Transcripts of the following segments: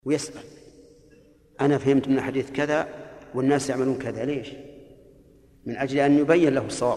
ويسأل: أنا فهمت من الحديث كذا والناس يعملون كذا، ليش؟ من أجل أن يبين له الصواب.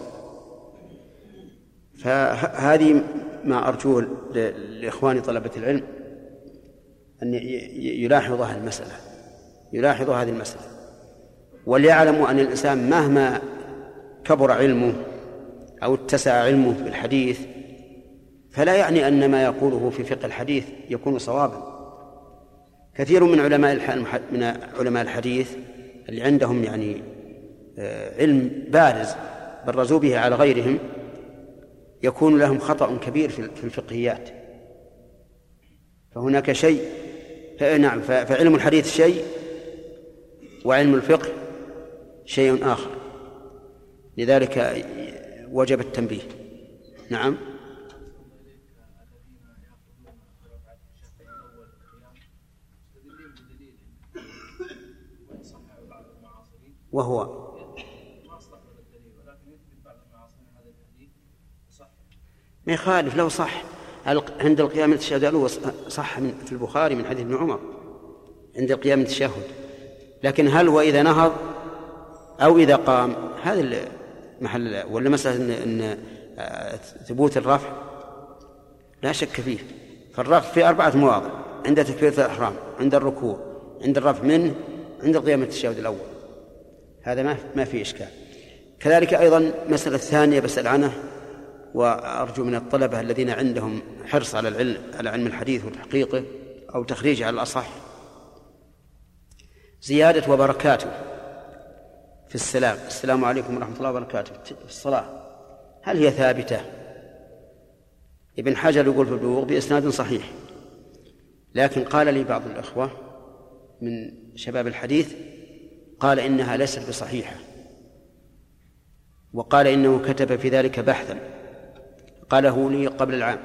فهذه ما أرجوه لإخواني طلبة العلم أن يلاحظوا هذه المسألة، وليعلموا أن الإنسان مهما كبر علمه أو اتسع علمه بالحديث فلا يعني أن ما يقوله في فقه الحديث يكون صوابا. كثير من علماء الحديث اللي عندهم يعني علم بارز برزوا به على غيرهم يكون لهم خطأ كبير في الفقهيات. فهناك شيء، نعم، فعلم الحديث شيء وعلم الفقه شيء آخر، لذلك وجب التنبيه. نعم. وهو ما يخالف لو صح عند القيام من التشهد، صح في البخاري من حديث ابن عمر عند القيام من التشهد، لكن هل وإذا نهض أو إذا قام هذا محل، ولا مسألة إن ثبوت الرفع لا شك فيه. فالرفع في 4 مواضع: عند تكبيرة الإحرام، عند الركوع، عند الرفع منه، عند القيام من التشهد الأول. هذا ما في إشكال. كذلك أيضا مسألة ثانية بسأل عنه، وأرجو من الطلبة الذين عندهم حرص على علم الحديث وتحقيقه أو تخريجه على الأصح: زيادة وبركاته في السلام، السلام عليكم ورحمة الله وبركاته في الصلاة، هل هي ثابتة؟ ابن حجر يقول في البلوغ بإسناد صحيح، لكن قال لي بعض الأخوة من شباب الحديث قال إنها ليست بصحيحة، وقال إنه كتب في ذلك بحثا قاله لي قبل العام،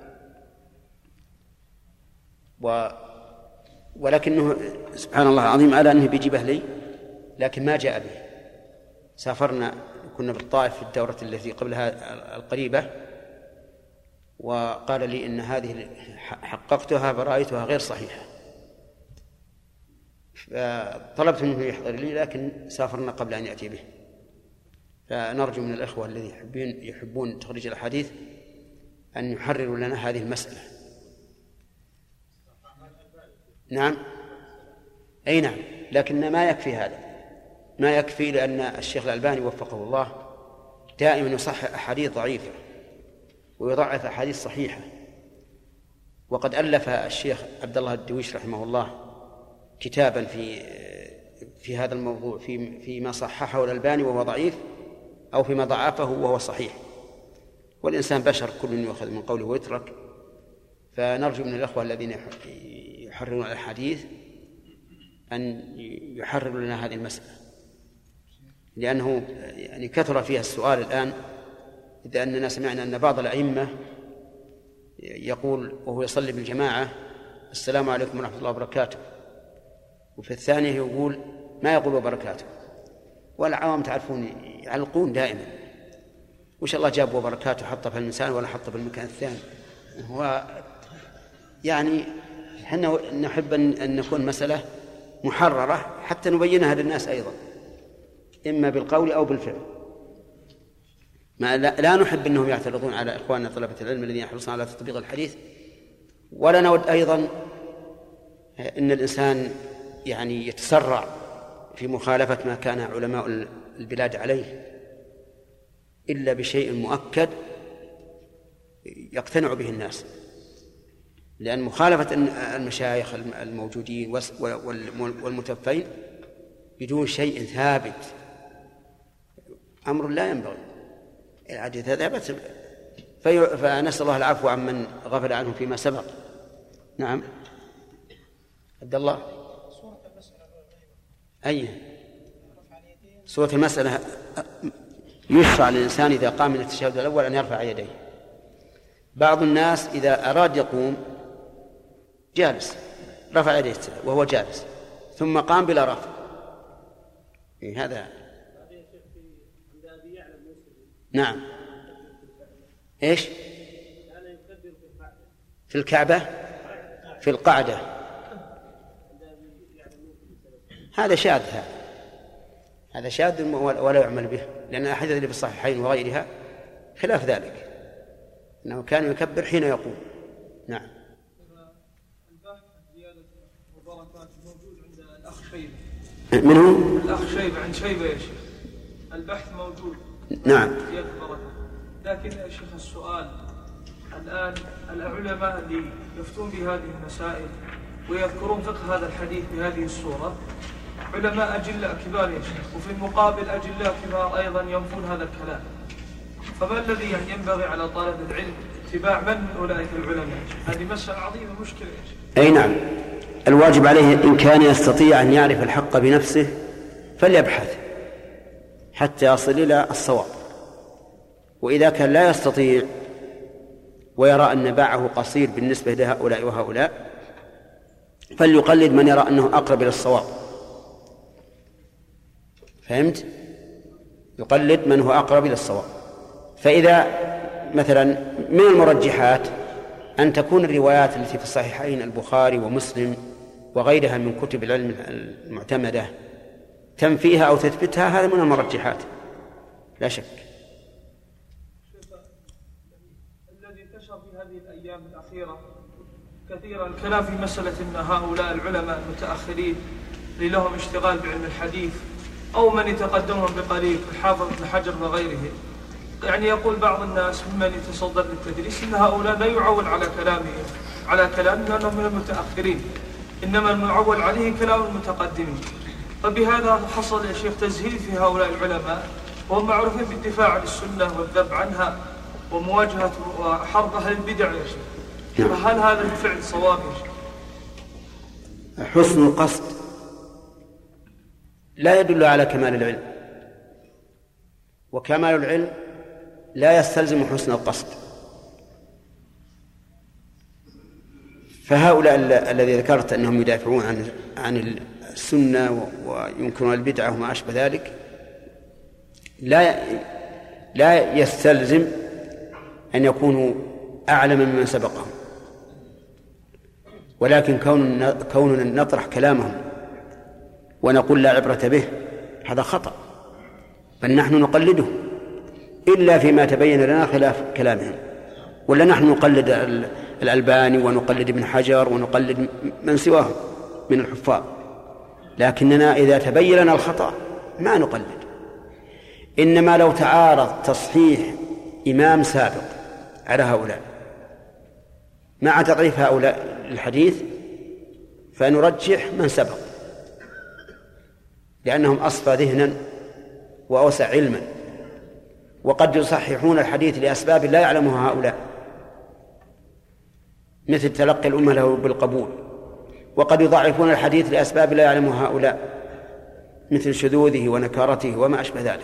ولكنه سبحان الله العظيم على أنه بيجيبه لي، لكن ما جاء به. سافرنا، كنا بالطائف في الدورة التي قبلها القريبة، وقال لي إن هذه حققتها فرأيتها غير صحيحة، طلبت منه يحضر لي، لكن سافرنا قبل أن يأتي به. فنرجو من الأخوة الذين يحبون تخريج الحديث أن يحرروا لنا هذه المسألة. نعم، أي نعم، لكن ما يكفي هذا، ما يكفي، لأن الشيخ الألباني وفقه الله دائما يصحح أحاديث ضعيفة ويضعف أحاديث صحيحة. وقد ألف الشيخ عبد الله الدويش رحمه الله كتابا في هذا الموضوع، فيما صححه الألباني وهو ضعيف، أو فيما ضعفه وهو صحيح. والإنسان بشر، كل يؤخذ من قوله ويترك. فنرجو من الأخوة الذين يحررون الحديث أن يحرروا لنا هذه المسألة، لأنه يعني كثر فيها السؤال الآن، إذا أننا سمعنا أن بعض الأئمة يقول وهو يصلي بالجماعة: السلام عليكم ورحمة الله وبركاته، وفي الثانية يقول ما يقول وبركاته. والعوام تعرفون يعلقون دائما، وش الله جاب وبركاته حطه في الإنسان ولا حطه في المكان الثاني. هو يعني حنا نحب أن نكون مسألة محررة حتى نبينها للناس أيضا، إما بالقول أو بالفعل. لا نحب أنهم يعترضون على إخواننا طلبة العلم الذين يحرصون على تطبيق الحديث، ولا نود أيضا أن الإنسان يعني يتسرع في مخالفة ما كان علماء البلاد عليه إلا بشيء مؤكد يقتنع به الناس، لأن مخالفة المشايخ الموجودين والمتوفين بدون شيء ثابت أمر لا ينبغي. الحديث ثابت، فنسأل الله العفو عمن غفل عنه فيما سبق. نعم عبد الله. أي سورة المسألة يشرع للإنسان إذا قام من التشهد الأول أن يرفع يديه. بعض الناس إذا أراد يقوم جالس رفع يديه وهو جالس، ثم قام بلا رفع. هذا نعم. إيش في الكعبة؟ في القعدة هذا شاذ، هذا شاذ ولا يعمل به، لأن الأحاديث اللي في الصحيحين وغيرها خلاف ذلك، أنه كان يكبر حين يقوم. نعم. البحث عن زيادة وبركات موجود عند الأخ شيبة. من هو؟ الأخ شيبة، عند شيبة يا شيخ. البحث موجود. نعم. زيادة البركات. لكن يا شيخ السؤال الآن، العلماء اللي يفتون بهذه المسائل ويذكرون فقه هذا الحديث بهذه الصورة علماء أجلاء كبار يا شيخ، وفي المقابل أجلاء كبار أيضا ينفون هذا الكلام. فما الذي ينبغي على طالب العلم اتباع من أولئك العلماء؟ هذه مسألة عظيمة مشكلة يا شيخ. أي نعم، الواجب عليه إن كان يستطيع أن يعرف الحق بنفسه فليبحث حتى يصل إلى الصواب، وإذا كان لا يستطيع ويرى أن باعه قصير بالنسبة لهؤلاء وهؤلاء فليقلد من يرى أنه أقرب إلى الصواب. فهمت؟ يقلد من هو أقرب إلى الصواب. فإذا مثلا من المرجحات أن تكون الروايات التي في الصحيحين البخاري ومسلم وغيرها من كتب العلم المعتمدة تنفيها أو تثبتها، هذا من المرجحات لا شك. الذي انتشر في هذه الأيام الأخيرة كثيرا الكلام في مسألة أن هؤلاء العلماء المتأخرين اللي لهم اشتغال بعلم الحديث أو من يتقدمهم بقليل الحافظ ابن حجر وغيره، يعني يقول بعض الناس ممن يتصدر للتدريس أن هؤلاء لا يعول على كلام لأنهم من المتأخرين، إنما المعول عليه كلام المتقدمين. فبهذا حصل يا شيخ تزهيد في هؤلاء العلماء، وهم معروفين بالدفاع عن السنة والذب عنها ومواجهة وحرب أهل البدع يا شيخ. فهل هذا الفعل صواب يا شيخ؟ حسن القصد لا يدل على كمال العلم، وكمال العلم لا يستلزم حسن القصد. فهؤلاء الذي ذكرت أنهم يدافعون عن السنة وينكرون البدعة وما أشبه ذلك لا يستلزم أن يكونوا أعلم ممن سبقهم، ولكن كوننا نطرح كلامهم ونقول لا عبرة به هذا خطأ، بل نحن نقلده إلا فيما تبين لنا خلاف كلامهم. ولا نحن نقلد الألباني ونقلد ابن حجر ونقلد من سواه من الحفاظ، لكننا إذا تبين لنا الخطأ ما نقلد. إنما لو تعارض تصحيح إمام سابق على هؤلاء مع تضعيف هؤلاء الحديث فنرجح من سبق، لأنهم أصفى ذهنا وأوسع علما، وقد يصححون الحديث لأسباب لا يعلمها هؤلاء، مثل تلقي الأمة له بالقبول، وقد يضعفون الحديث لأسباب لا يعلمها هؤلاء، مثل شذوذه ونكارته وما أشبه ذلك.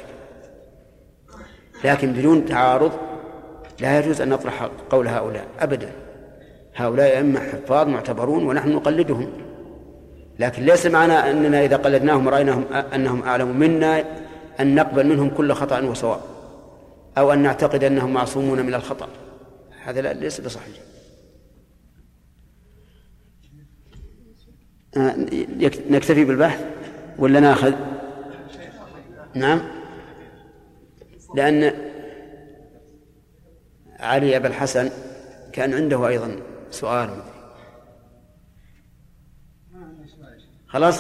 لكن بدون تعارض لا يجوز أن نطرح قول هؤلاء أبدا. هؤلاء أئمة حفاظ معتبرون ونحن نقلدهم، لكن ليس معنا أننا إذا قلدناهم ورأيناهم أنهم أعلم منا أن نقبل منهم كل خطأ وصواب، أو أن نعتقد أنهم معصومون من الخطأ. هذا ليس بصحيح. نكتفي بالبحث ولا ناخذ؟ نعم، لأن علي أبا الحسن كان عنده أيضا سؤال. خلصت؟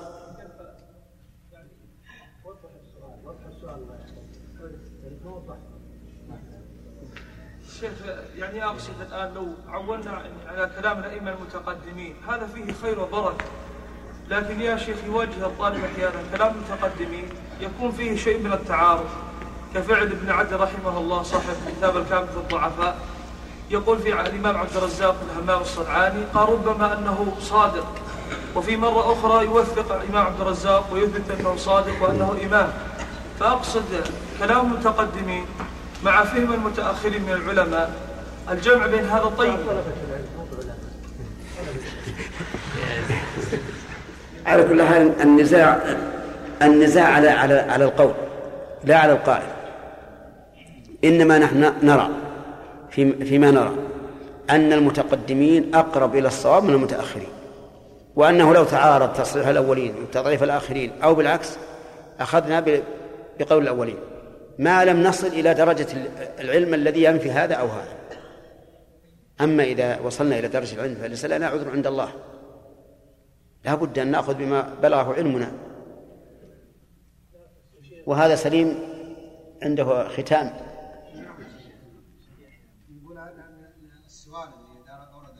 شيخ يعني أقصد الآن لو عولنا على كلام الأئمة المتقدمين هذا فيه خير وبركة، لكن يا شيخ يواجه الطالب أحيانا كلام المتقدمين يكون فيه شيء من التعارض، كفعل ابن عدي رحمه الله صاحب كتاب الكامل في الضعفاء، يقول في الإمام عبد الرزاق الهمام الصنعاني قال ربما أنه صادق، وفي مرة أخرى يوثق الإمام عبد الرزاق ويثبت أنه صادق وأنه إمام. فأقصد كلام المتقدمين مع فهم المتأخرين من العلماء الجمع بين هذا طيب. على كل حال النزاع على القول لا على القائل، إنما نحن نرى فيما نرى أن المتقدمين أقرب إلى الصواب من المتأخرين، وأنه لو تعارض تصريح الأولين وتضعيف الآخرين أو بالعكس أخذنا بقول الأولين ما لم نصل إلى درجة العلم الذي ينفي هذا أو هذا. أما إذا وصلنا إلى درجة العلم فليس لنا عذر عند الله، لا بد أن نأخذ بما بلغه علمنا، وهذا سليم عنده ختام. يقول السؤال اللي ورد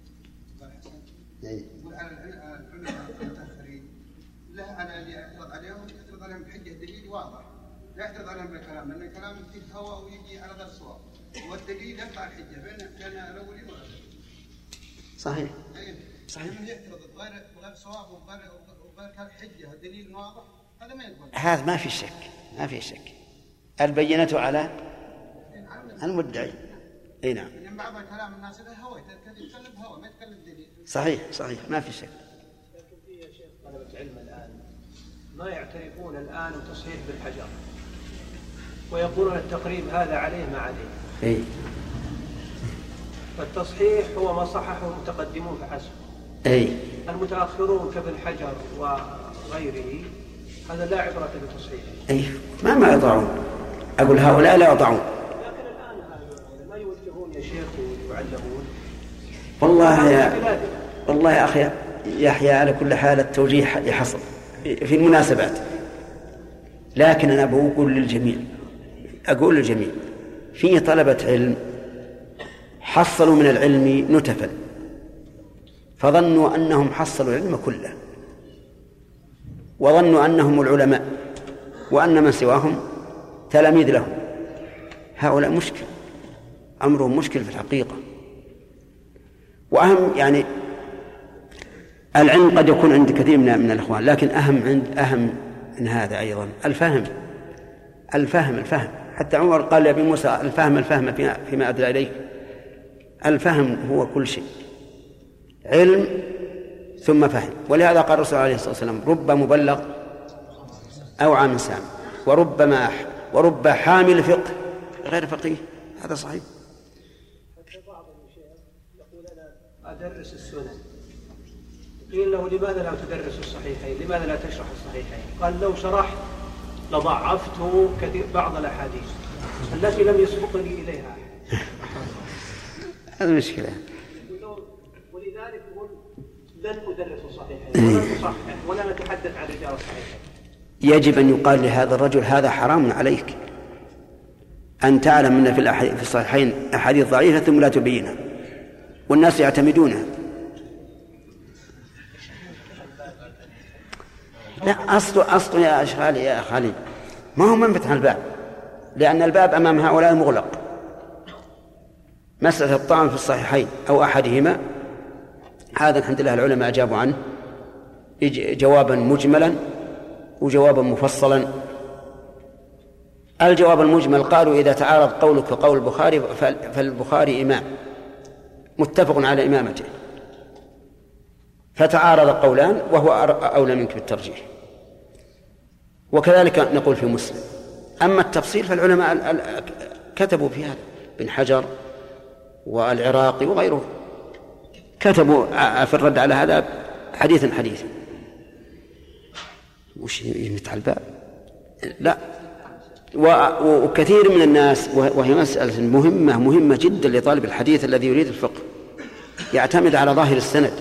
له يقول على العلماء المتأخرين له على اللي يعترض عليهم يعترض عليهم بحجة دليل واضح، لا يعترض عليهم بالكلام، لأن الكلام فيه هوى ويجي على غير صواب، والدليل يقطع الحجة بين الأولين والآخرين. صحيح. صحيح. من يعترض بغير صواب وغير حجة دليل واضح هذا ما يقبل. هذا ما في شك، ما في شك. البينة على المدعي. اي نعم. يعني بعض الكلام الناس له هوى يتكلم هوى ما يتكلم دليل. صحيح ما في شك. لكن في يا شيخ طلبة علم الآن ما يعترفون الآن بتصحيح بالحجر، ويقولون التقريب هذا عليه ما عليه. اي. فالتصحيح هو ما صححه المتقدمون فحسب. اي. المتأخرون كابن حجر وغيره هذا لا عبرة بتصحيحه. اي ما يضعون. أقول هؤلاء لا يضعون. لكن الآن ما يوجهون يا شيخ ويعلمون. والله يا أخي يحيى على كل حال التوجيه يحصل في المناسبات، لكن أنا أقول للجميع في طلبة علم حصلوا من العلم نتفا فظنوا أنهم حصلوا العلم كله، وظنوا أنهم العلماء وأن من سواهم تلاميذ لهم. هؤلاء مشكل، أمرهم مشكل في الحقيقة. وأهم يعني العلم قد يكون عند كثير من الإخوان، لكن أهم من هذا أيضا الفهم. حتى عمر قال لأبي موسى الفهم فيما أدرى إليه. الفهم هو كل شيء، علم ثم فهم. ولهذا قال الرسول عليه الصلاة والسلام رب مبلغ أوعى من سامع، ورب حامل فقه غير فقيه. هذا صحيح. بعض الشيخ يقول أنا أدرس السنن، قيل له لماذا لا تدرس الصحيحين، لماذا لا تشرح الصحيحين؟ قال لو شرحت لضعفت بعض الأحاديث التي لم يسبقني إليها. هذا مشكلة. ولذلك يقول لن أدرس الصحيحين ولن أصحح ولا نتحدث عن رجال الصحيحين. يجب أن يقال لهذا الرجل هذا حرام عليك أن تعلم أن في الصحيحين أحاديث ضعيفة ثم لا تبينها والناس يعتمدونها. لا، أصل يا خالي ما هو من فتح الباب، لأن الباب أمام هؤلاء مغلق. مسألة الطعن في الصحيحين أو أحدهما هذا الحمد لله العلماء أجابوا عنه جوابا مجملا وجوابا مفصلا. الجواب المجمل قالوا إذا تعارض قولك وقول البخاري فالبخاري إمام متفق على إمامته، فتعارض قولان وهو أولى منك بالترجيح. وكذلك نقول في مسلم. أما التفصيل فالعلماء كتبوا في هذا، بن حجر والعراقي وغيره كتبوا في الرد على هذا حديثا. وش يمت على الباب؟ لا. وكثير من الناس، وهي مسألة مهمة جدا لطالب الحديث الذي يريد الفقه، يعتمد على ظاهر السند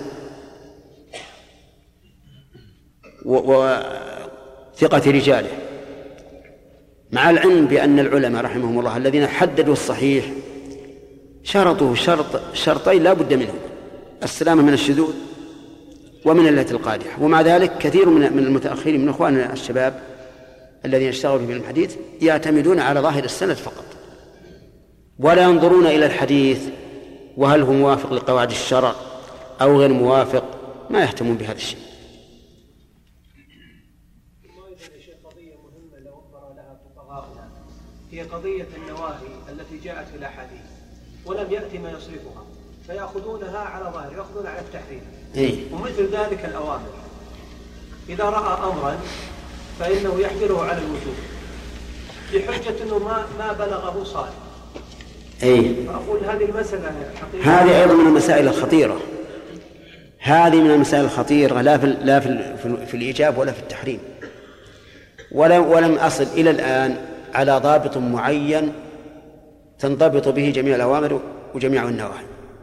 وثقة رجاله، مع العلم بأن العلماء رحمهم الله الذين حددوا الصحيح شرطوا شرطين لا بد منهم: السلامة من الشذوذ ومن العلة القادحة. ومع ذلك كثير من المتأخرين من إخواننا الشباب الذين اشتغلوا في الحديث يعتمدون على ظاهر السند فقط، ولا ينظرون إلى الحديث وهل هو موافق لقواعد الشرع أو غير موافق، ما يهتمون بهذا الشيء. قضية مهمة لو أخبر لها فقهاؤنا هي قضية النواهي التي جاءت في الأحاديث ولم يأتي ما يصرفها، فيأخذونها على ظاهر، يأخذون على التحريم. ومثل ذلك الأوامر، إذا رأى أمرا فإنه يحمله على الوجوب بحجة أنه ما بلغه صالح. فأقول هذه المسألة حقيقة، هذه أيضا من المسائل الخطيرة، هذه من المسائل الخطيرة لا في الإيجاب ولا في التحريم، ولم أصل إلى الآن على ضابط معين تنضبط به جميع الأوامر وجميع النواهي.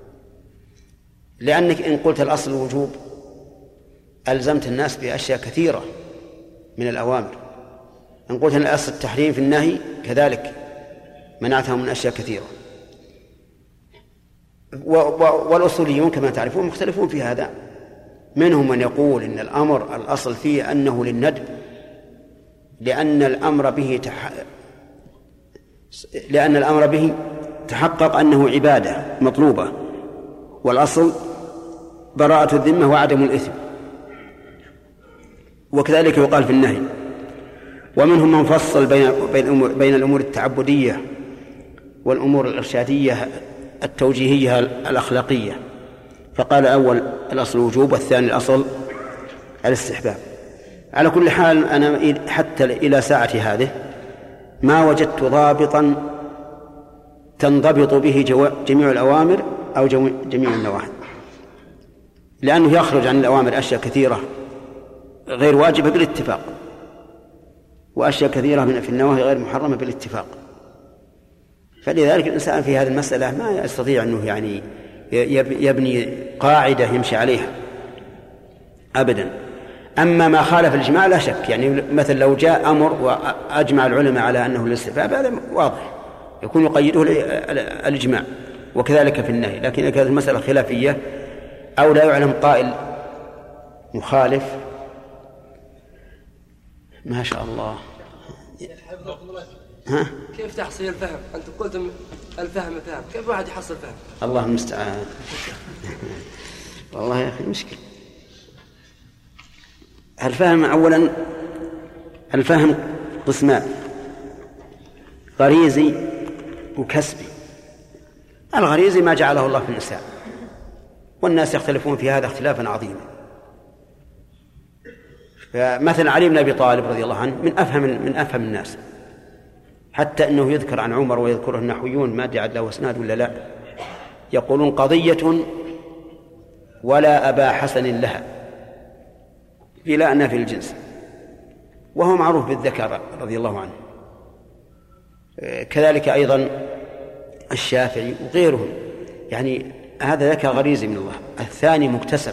لأنك إن قلت الأصل الوجوب ألزمت الناس بأشياء كثيرة من الأوامر، إن قلت الأصل التحريم في النهي كذلك منعتهم من أشياء كثيرة. والأصوليون كما تعرفون مختلفون في هذا، منهم من يقول إن الأمر الأصل فيه أنه للندب لأن الأمر به تحقق أنه عبادة مطلوبة، والأصل براءة الذمة وعدم الإثم، وكذلك يقال في النهي. ومنهم من فصل بين الأمور التعبدية والأمور الإرشادية التوجيهية الأخلاقية، فقال أول الأصل الوجوب والثاني الأصل الاستحباب. على كل حال أنا حتى إلى ساعة هذه ما وجدت ضابطا تنضبط به جميع الأوامر أو جميع النواهي، لأنه يخرج عن الأوامر أشياء كثيرة غير واجبة بالاتفاق، وأشياء كثيرة في النواهي غير محرمة بالاتفاق. فلذلك الإنسان في هذه المسألة ما يستطيع أنه يعني يبني قاعدة يمشي عليها أبدا. أما ما خالف الإجماع لا شك، يعني مثل لو جاء أمر وأجمع العلماء على أنه للاستحباب هذا واضح يكون يقيده الإجماع، وكذلك في النهي. لكن إذا كانت المسألة خلافية أو لا يعلم قائل مخالف ما شاء الله. ها؟ كيف تحصيل الفهم؟ أنت قلت الفهم فهم، كيف واحد يحصل فهم؟ الله المستعان. والله يا أخي مشكلة. الفهم أولا، الفهم قسمان: غريزي وكسبي. الغريزي ما جعله الله في الإنسان، والناس يختلفون في هذا اختلافا عظيما. فمثلا علي بن أبي طالب رضي الله عنه من أفهم الناس، حتى أنه يذكر عن عمر ويذكره النحويون ما أدري له اسناد ولا لا، يقولون قضية ولا أبا حسن لها إلى أن في الجنس، وهو معروف بالذكر رضي الله عنه. كذلك أيضا الشافعي وغيرهم، يعني هذا ذكر غريزي من الله. الثاني مكتسب،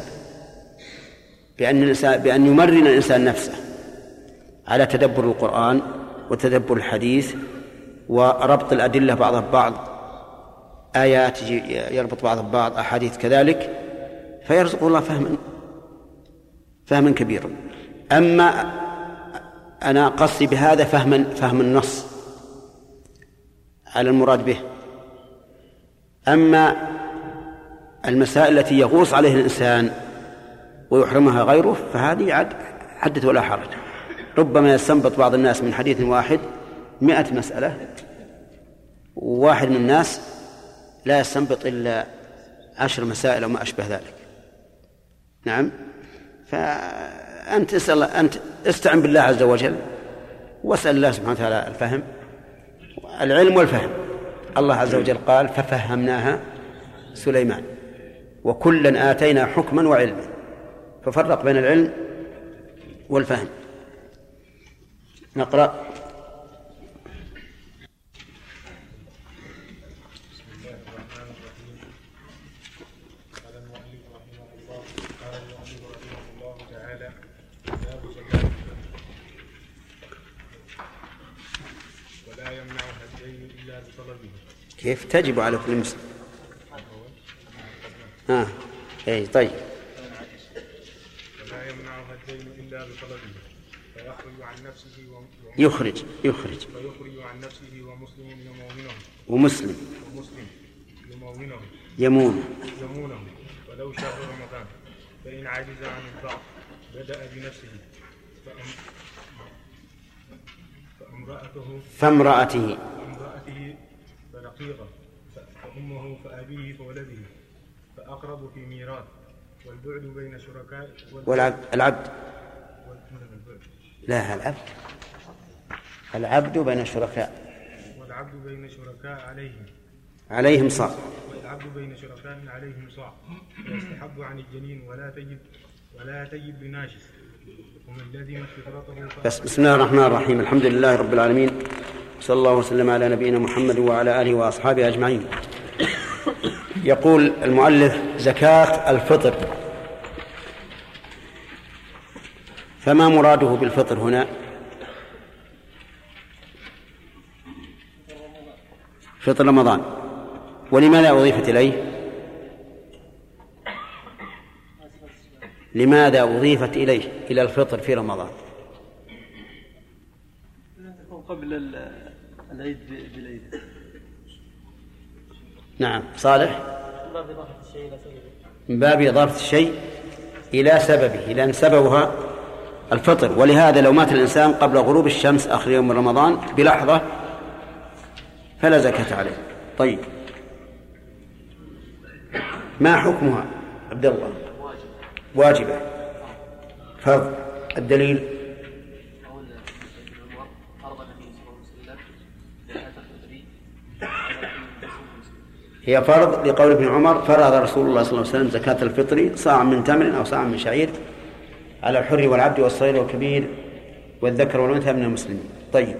بأن يمرن الإنسان نفسه على تدبر القرآن وتدبر الحديث وربط الأدلة بعضها ببعض، آيات يربط بعضها ببعض، أحاديث كذلك، فيرزق الله فهما كبيرا. أما أنا قصدي بهذا فهم النص على المراد به. أما المسائل التي يغوص عليها الإنسان ويحرمها غيره فهذه حدث ولا حرج. ربما يستنبط بعض الناس من حديث واحد 100 مسألة، وواحد من الناس لا يستنبط إلا 10 مسائل أو ما أشبه ذلك. نعم. فأنت استعن بالله عز وجل واسأل الله سبحانه وتعالى الفهم، العلم والفهم. الله عز وجل قال: ففهمناها سليمان وكلا آتينا حكما وعلما، ففرق بين العلم والفهم. نقرأ. ولا يمنعها الدين إلا بطلبه. كيف تجب على كل مسلم؟ أي طيب. ولا يمنعها الدين إلا بطلبه فيخرج عن نفسه يخرج فيخرج عن نفسه ومسلم يمونه ولو شهر رمضان، فإن عجز عن الضعف بدأ بنفسه فامرأته فرقيقة، فأمه فأبيه فولده، فأقرب في ميراث، والبعد بين شركاء العبد لا العبد بين شركاء، والعبد بين شركاء عليهم صار. والعبد بين شركاء عليهم صاع، ويستحب عن الجنين ولا تجب بناجس، ومن لزم فطرته بسم الله الرحمن الرحيم. الحمد لله رب العالمين، صلى الله وسلم على نبينا محمد وعلى آله وأصحابه أجمعين. يقول المؤلف: زكاة الفطر. فما مراده بالفطر هنا؟ فطر رمضان. ولماذا أضيفت إليه؟ لماذا أضيفت إليه إلى الفطر في رمضان؟ تكون قبل العيد بالعيد. نعم صالح. من باب إضافة الشيء إلى سببه، لأن سببها الفطر. ولهذا لو مات الإنسان قبل غروب الشمس آخر يوم من رمضان بلحظة فلا زكاة عليه. طيب، ما حكمها عبد الله؟ واجبة. فرض. الدليل؟ هي فرض لقول ابن عمر: فرض رسول الله صلى الله عليه وسلم زكاة الفطر صاع من تمر أو صاع من شعير على الحر والعبد والصغير والكبير والذكر والأنثى من المسلمين. طيب،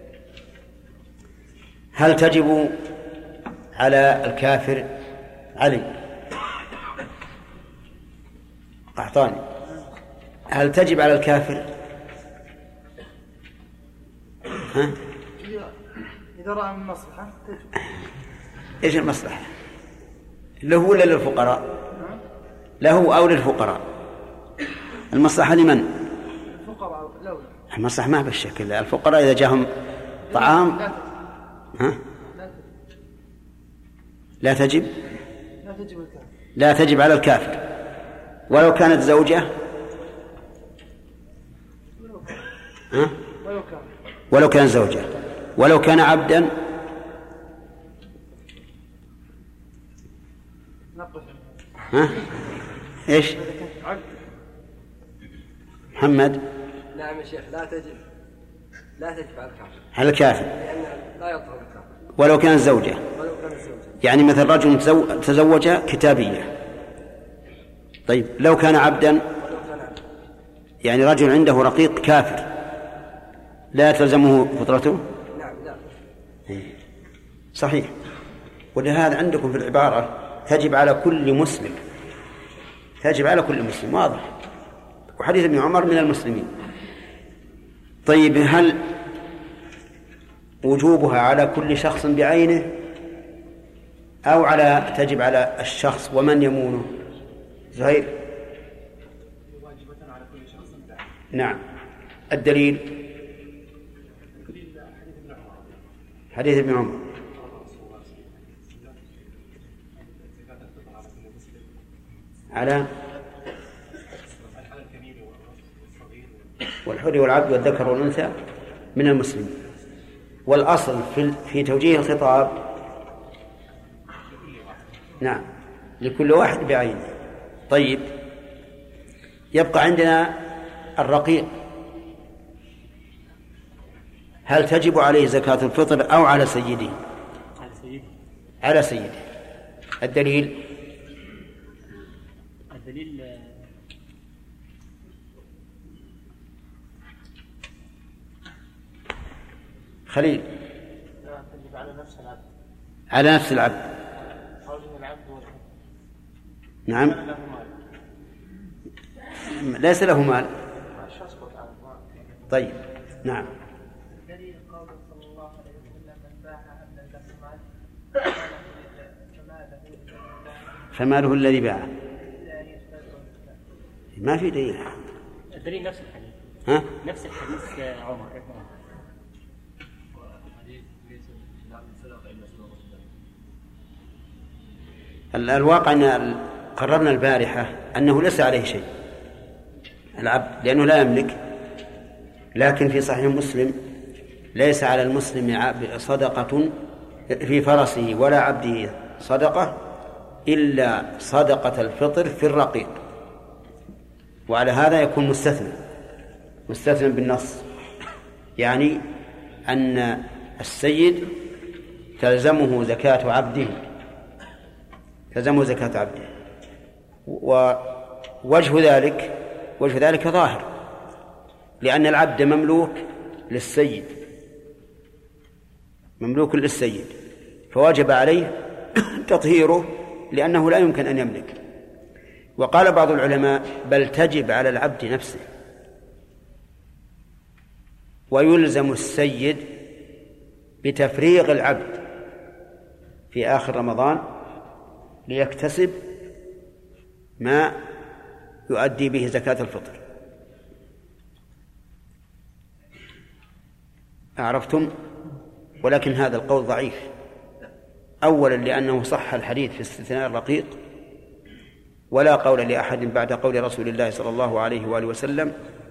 هل تجب على الكافر؟ علي قحطاني، هل تجب على الكافر؟ ها؟ إذا رأى من مصلحة تجب. إيش المصلحة؟ له ولا للفقراء؟ له أو للفقراء؟ المصلحة لمن؟ الفقراء. لا، المصلحة ما بالشكل. الفقراء إذا جاءهم طعام ها؟ لا تجب. لا تجب على الكافر ولو كانت زوجة. ها؟ ولو كان زوجة. ولو كان عبدا. ها؟ ايش؟ محمد. نعم يا شيخ، لا تجب على الكافر لأن لا يطهر الكافر ولو كانت زوجة. يعني مثل رجل تزوج كتابية. طيب، لو كان عبدا، يعني رجل عنده رقيق كافر لا تلزمه فطرته؟ نعم لا. صحيح. ولهذا عندكم في العبارة تجب على كل مسلم. تجب على كل مسلم، واضح. وحديث ابن عمر من المسلمين. طيب، هل وجوبها على كل شخص بعينه أو تجب على الشخص ومن يمونه؟ زهير. واجبة على كل شخص بعينه. نعم. الدليل؟ حديث ابن عمر. على والحر والعبد والذكر والأنثى من المسلمين. والأصل في توجيه الخطاب نعم لكل واحد بعينه. طيب، يبقى عندنا الرقيق. هل تجب عليه زكاة الفطر أو على سيده؟ على سيده. الدليل؟ خليل. تجب على نفس العبد. على نفس العبد. نعم. ليس له مال. طيب، نعم. دليل قوله صلى الله عليه وسلم: من باع عبدا له مال فماله الذي باعه. ما في دليل. الدليل نفس الحديث. ها؟ نفس الحديث عمر. الواقع أن قررنا البارحة أنه ليس عليه شيء العبد لأنه لا يملك. لكن في صحيح مسلم: ليس على المسلم صدقة في فرسه ولا عبده صدقة إلا صدقة الفطر في الرقيق. وعلى هذا يكون مستثنى بالنص، يعني أن السيد تلزمه زكاة عبده تلزمه زكاة عبده. ووجه ذلك ظاهر، لأن العبد مملوك للسيد، فواجب عليه تطهيره لأنه لا يمكن أن يملك. وقال بعض العلماء بل تجب على العبد نفسه، ويلزم السيد بتفريغ العبد في آخر رمضان ليكتسب ما يؤدي به زكاة الفطر. أعرفتم؟ ولكن هذا القول ضعيف، أولا لأنه صح الحديث في استثناء الرقيق، ولا قول لأحد بعد قول رسول الله صلى الله عليه وآله وسلم.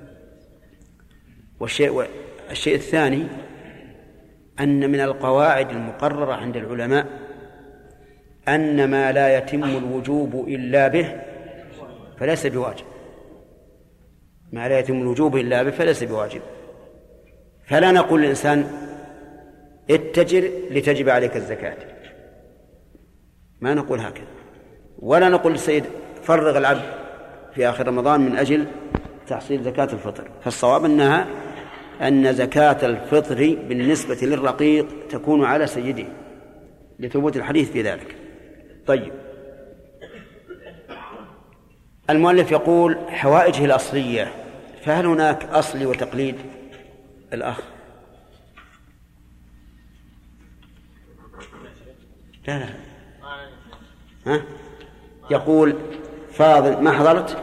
والشيء الثاني أن من القواعد المقررة عند العلماء أن ما لا يتم الوجوب إلا به فليس بواجب، ما لا يتم الوجوب إلا به فليس بواجب. فلا نقول للإنسان اتجر لتجب عليك الزكاة، ما نقول هكذا، ولا نقول للسيد فرغ العبد في آخر رمضان من أجل تحصيل زكاة الفطر. فالصواب أن زكاة الفطر بالنسبة للرقيق تكون على سيده لثبوت الحديث في ذلك. طيب، المؤلف يقول حوائجه الأصلية، فهل هناك أصل وتقليد؟ الأخ لا ها؟ يقول فاضل ما حضرت،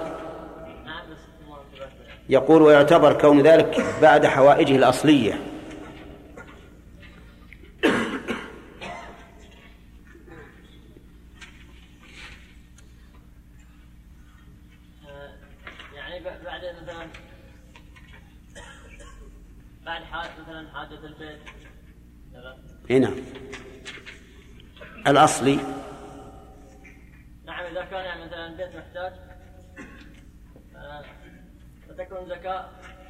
يقول ويعتبر كون ذلك بعد حوائجه الأصلية. يعني بعد مثلا حاجة البيت. هنا الأصلي نعم، إذا كان يعني مثلا البيت محتاج فتكون زكاة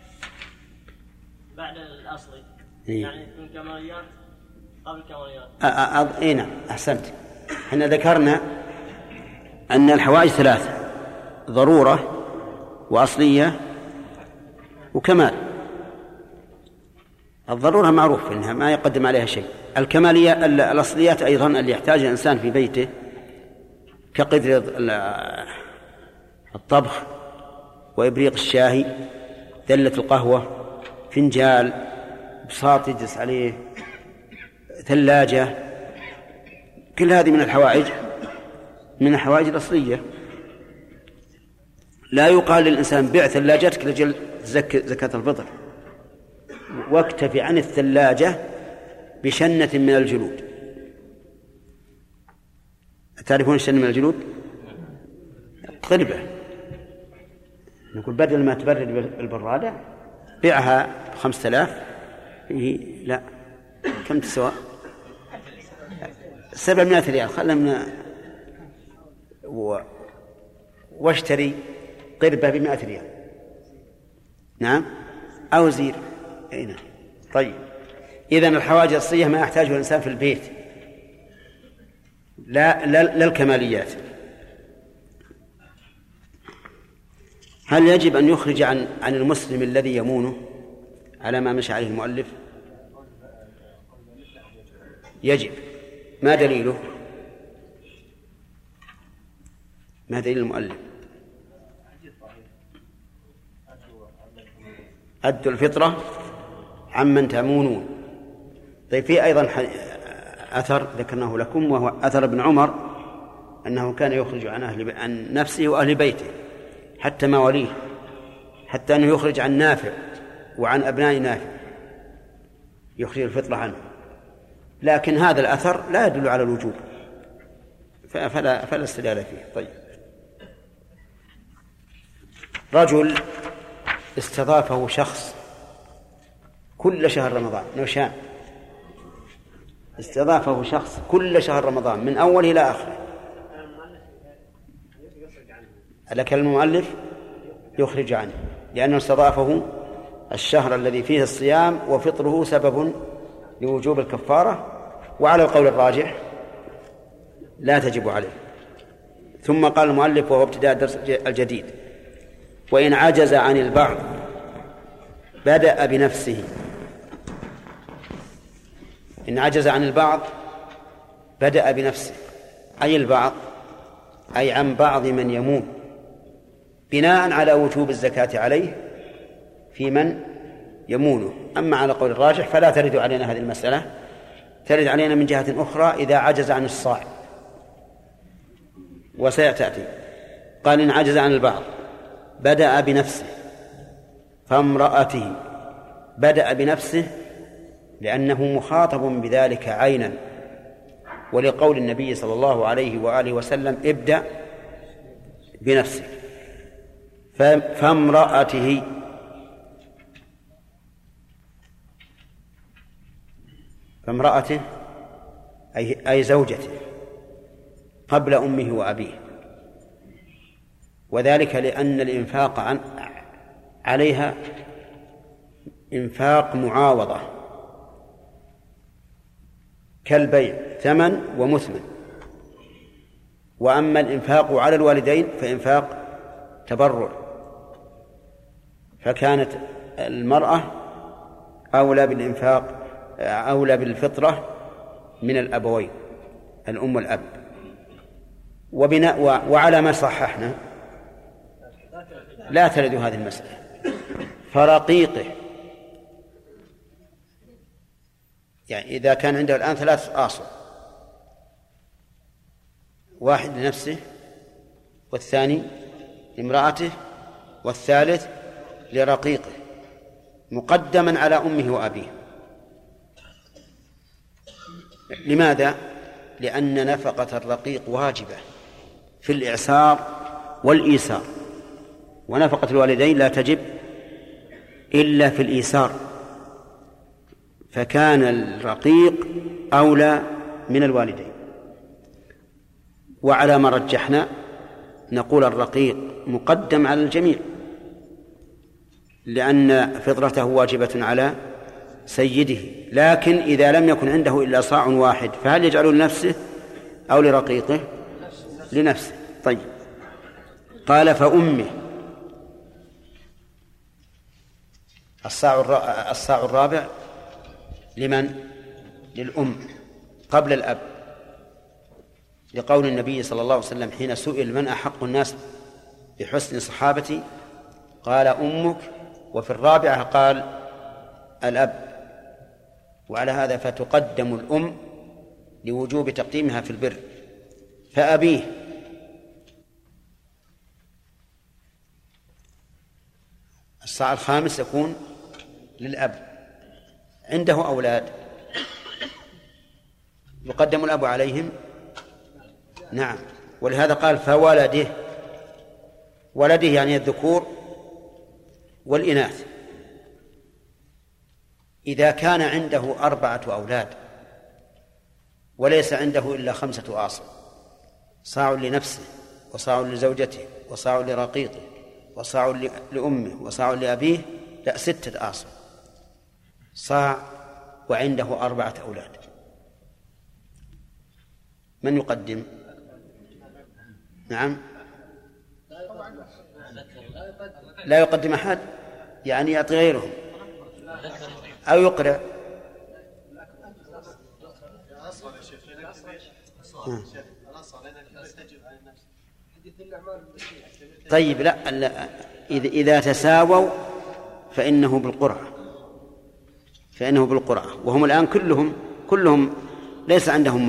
بعد الأصلي، يعني تكون كماليات قبل كماليات. نعم أحسنت. احنا ذكرنا أن الحوائج ثلاثة: ضرورة وأصلية وكمال. الضرورة معروف إنها ما يقدم عليها شيء. الكمالية الأصليات أيضا اللي يحتاج الإنسان في بيته كقدر الطبخ وإبريق الشاهي، دلة القهوة، فنجال، بساط يجلس عليه، ثلاجة، كل هذه من الحوائج الأصلية. لا يقال للإنسان بيع ثلاجتك لجل زكاة الفطر، واكتفي عن الثلاجة بشنة من الجلود. تعرفون الشنة من الجلود؟ قربة. نقول بدل ما تبرد البرادة بيعها 5000. لا، كم تسوى؟ 700 ريال. خلنا واشتري قربة ب100 ريال. نعم، أو زير. نعم. طيب، إذن الحوائج الأصلية ما يحتاجه الإنسان في البيت، لا الكماليات. هل يجب أن يخرج عن المسلم الذي يمونه على ما مشى عليه المؤلف؟ يجب. ما دليله؟ ما دليل المؤلف؟ أدوا الفطرة عمن تمونون. طيب، في أيضا أثر ذكرناه لكم، وهو أثر ابن عمر أنه كان يخرج عن نفسه وأهل بيته حتى ما وليه، حتى أنه يخرج عن نافع وعن أبناء نافع، يخرج الفطرة عنه. لكن هذا الأثر لا يدل على الوجوب، فلا استدلال فيه. طيب، رجل استضافه شخص كل شهر رمضان، نوشان، استضافه شخص كل شهر رمضان من أوله إلى آخره. لك المؤلف يخرج عنه، لأنه استضافه الشهر الذي فيه الصيام وفطره سبب لوجوب الكفارة، وعلى القول الراجح لا تجب عليه. ثم قال المؤلف وهو ابتداء الدرس الجديد: وإن عجز عن البعض بدأ بنفسه. إن عجز عن البعض بدأ بنفسه، أي البعض أي عن بعض من يمون، بناء على وجوب الزكاة عليه في من يمونه. أما على قول الراجح فلا ترد علينا هذه المسألة، ترد علينا من جهة أخرى إذا عجز عن الصاع، وسيأتي. قال: إن عجز عن البعض بدأ بنفسه، فامرأته بدأ بنفسه لأنه مخاطب بذلك عينا، ولقول النبي صلى الله عليه وآله وسلم: ابدأ بنفسك. فامرأته أي زوجته قبل أمه وأبيه، وذلك لأن الإنفاق عليها إنفاق معاوضة كالبيع ثمن ومثمن، وأما الإنفاق على الوالدين فإنفاق تبرع، فكانت المرأة أولى بالإنفاق أولى بالفطرة من الأبوين الأم والأب. وعلى ما صححنا لا ترد هذه المسألة. فرقيقه يعني إذا كان عنده الآن 3 آصل، واحد لنفسه، والثاني لامرأته، والثالث لرقيقه، مقدما على أمه وأبيه. لماذا؟ لأن نفقة الرقيق واجبة في الإعسار والإيسار، ونفقة الوالدين لا تجب إلا في الإيسار، فكان الرقيق أولى من الوالدين. وعلى ما رجحنا نقول الرقيق مقدم على الجميع، لأن فطرته واجبة على سيده، لكن إذا لم يكن عنده إلا صاع واحد فهل يجعله لنفسه أو لرقيقه؟ لنفسه. طيب، قال: فأمه. الصاع الرابع لمن؟ للأم قبل الأب، لقول النبي صلى الله عليه وسلم حين سئل: من أحق الناس بحسن صحابتي؟ قال: أمك. وفي الرابعة قال: الأب. وعلى هذا فتقدم الأم لوجوب تقديمها في البر. فأبيه الصاع الخامس يكون للأب، عنده أولاد يقدم الأب عليهم. نعم، ولهذا قال: فولده. ولده يعني الذكور والإناث. إذا كان عنده 4 أولاد وليس عنده إلا 5 آصل، صاع لنفسه، وصاع لزوجته، وصاع لرقيقه، وصاع لأمه، وصاع لأبيه، لا 6 آصل، صاع وعنده 4 أولاد، من يقدم؟ نعم، لا يقدم أحد، يعني يعطي غيرهم أو يقرأ. طيب، لا إذا تساووا فإنه بالقرعة، وهم الآن كلهم ليس عندهم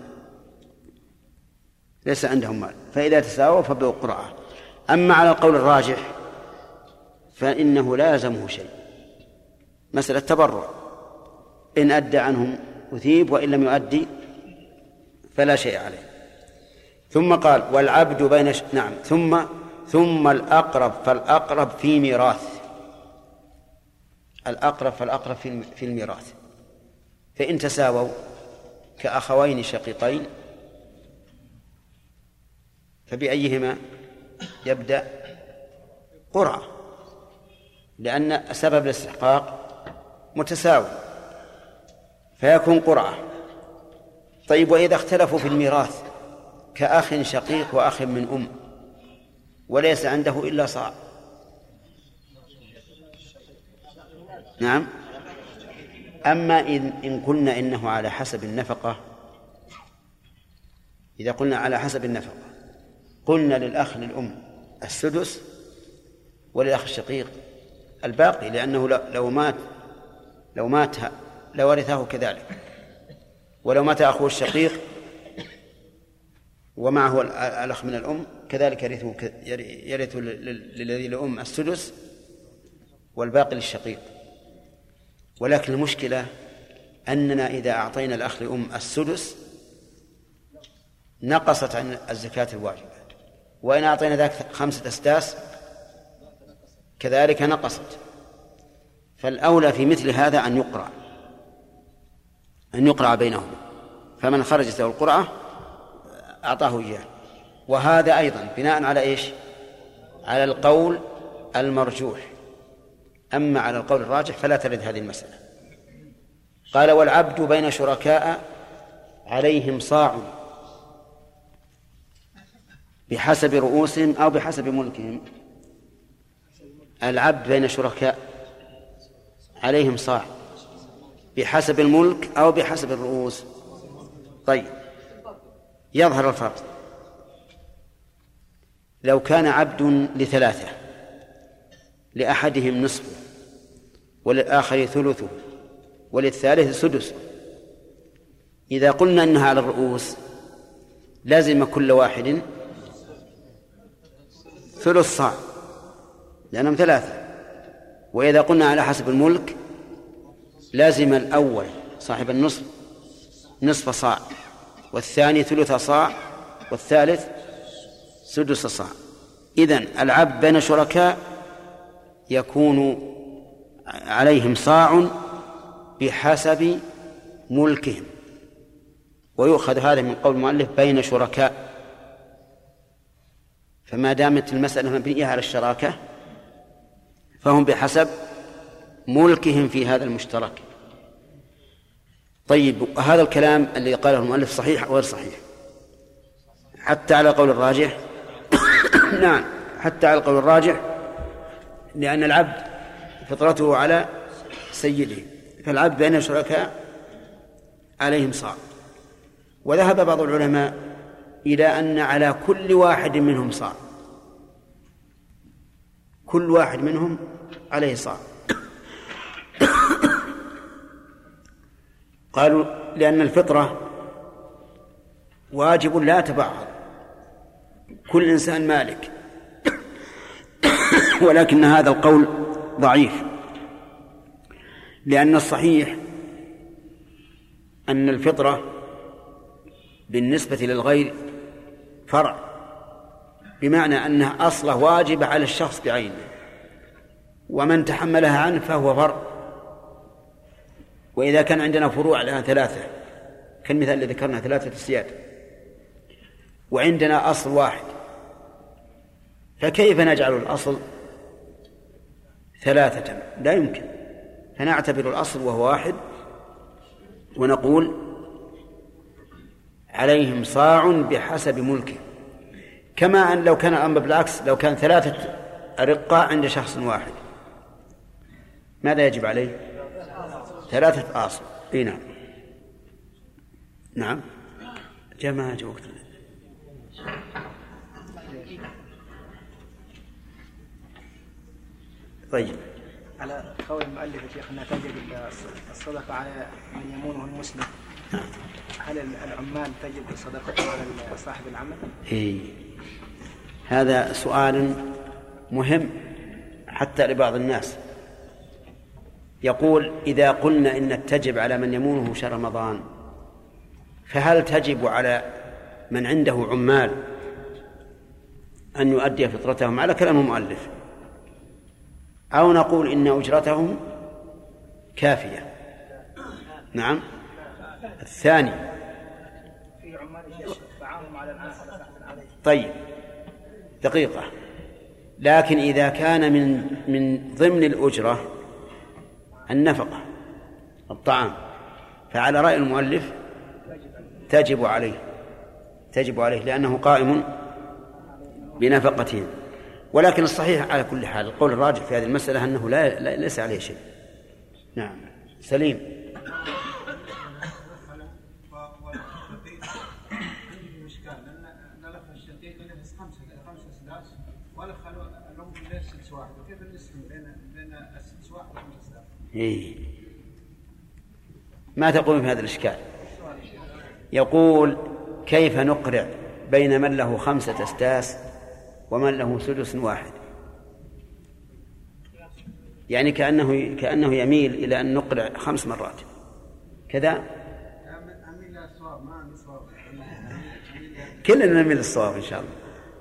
مال، فإذا تساووا فبالقرعة. أما على القول الراجح فإنه لا يلزمه شيء، مسألة تبرع، إن أدى عنهم أثيب، وإن لم يؤدي فلا شيء عليه. ثم قال: والعبد بين نعم ثم الأقرب فالأقرب في ميراث. الأقرب فالأقرب في الميراث، فإن تساووا كأخوين شقيقين فبأيهما يبدأ؟ قرعة، لأن سبب الاستحقاق متساوي فيكون قرعة. طيب، وإذا اختلفوا في الميراث كأخ شقيق وأخ من أم وليس عنده إلا صاع. نعم. أما إن قلنا إنه على حسب النفقة، إذا قلنا على حسب النفقة قلنا للأخ للأم السدس وللأخ الشقيق الباقي، لأنه لو مات لورثه كذلك، ولو مات أخوه الشقيق ومعه الأخ من الأم كذلك يرث للذي لأم السدس والباقي للشقيق. ولكن المشكلة أننا إذا أعطينا الأخ لأم السدس نقصت عن الزكاة الواجبة، وإن أعطينا ذاك 5 أسداس كذلك نقصت. فالأولى في مثل هذا أن يقرع بينهما، فمن خرجت له القرعة أعطاه إياه. وهذا أيضا بناء على إيش؟ على القول المرجوح. أما على القول الراجح فلا ترد هذه المسألة. قال والعبد بين شركاء عليهم صاع بحسب رؤوسهم أو بحسب ملكهم. العبد بين شركاء عليهم صاع بحسب الملك أو بحسب الرؤوس. طيب، يظهر الفرق. لو كان عبد ل3 لأحدهم نصفه وللآخر ثلثه وللثالث سدسه، إذا قلنا أنها على الرؤوس لازم كل واحد ثلث صاع لأنهم 3، وإذا قلنا على حسب الملك لازم الأول صاحب النصف نصف صاع، والثاني ثلث صاع، والثالث سدس صاع. إذن العبد بين شركاء يكون عليهم صاع بحسب ملكهم، ويؤخذ هذا من قول المؤلف بين شركاء، فما دامت المسألة مبنية على الشراكة فهم بحسب ملكهم في هذا المشترك. طيب، هذا الكلام اللي قاله المؤلف صحيح أو غير صحيح؟ حتى على قول الراجح نعم، حتى على القول الراجح، لأن العبد فطرته على سيده، فالعبد بين الشركاء عليهم صاع. وذهب بعض العلماء إلى أن على كل واحد منهم صاع، كل واحد منهم عليه صاع. قالوا لأن الفطرة واجب لا يتبعض، كل إنسان مالك، ولكن هذا القول ضعيف، لأن الصحيح أن الفطرة بالنسبة للغير فرع، بمعنى أنها أصله واجب على الشخص بعينه، ومن تحملها عنه فهو فرع. وإذا كان عندنا فروع لها 3 كالمثال الذي ذكرنا 3 أسياد، وعندنا أصل واحد، فكيف نجعل الأصل 3؟ لا يمكن. فنعتبر الأصل وهو واحد ونقول عليهم صاع بحسب ملكه. كما أن لو كان الأمر بالعكس، لو كان 3 أرقاء عند شخص واحد ماذا يجب عليه؟ 3 أصل. نعم نعم، جماعة وقت. طيب، على قول المؤلف يا شيخ أنها تجب الصدقة على من يمونه المسلم، هل العمال تجب صدقته على صاحب العمل؟ هذا سؤال مهم حتى لبعض الناس. يقول إذا قلنا إن تجب على من يمونه شهر رمضان، فهل تجب على من عنده عمال أن يؤدي فطرتهم على كلام المؤلف، أو نقول إن أجرتهم كافية؟ نعم، الثاني. طيب، دقيقة. لكن إذا كان من ضمن الأجرة النفقة الطعام، فعلى رأي المؤلف تجب عليه، تجب عليه لأنه قائم بنفقتهم. ولكن الصحيح على كل حال القول الراجح في هذه المسألة أنه ليس عليه شيء. نعم. سليم. إيه. ما تقول في هذا الإشكال؟ يقول كيف نقرع بين من له 5 أسداس ومن له سدس واحد؟ يعني كأنه يميل إلى أن نقرع 5 مرات كذا. كلنا نميل للصواب إن شاء الله.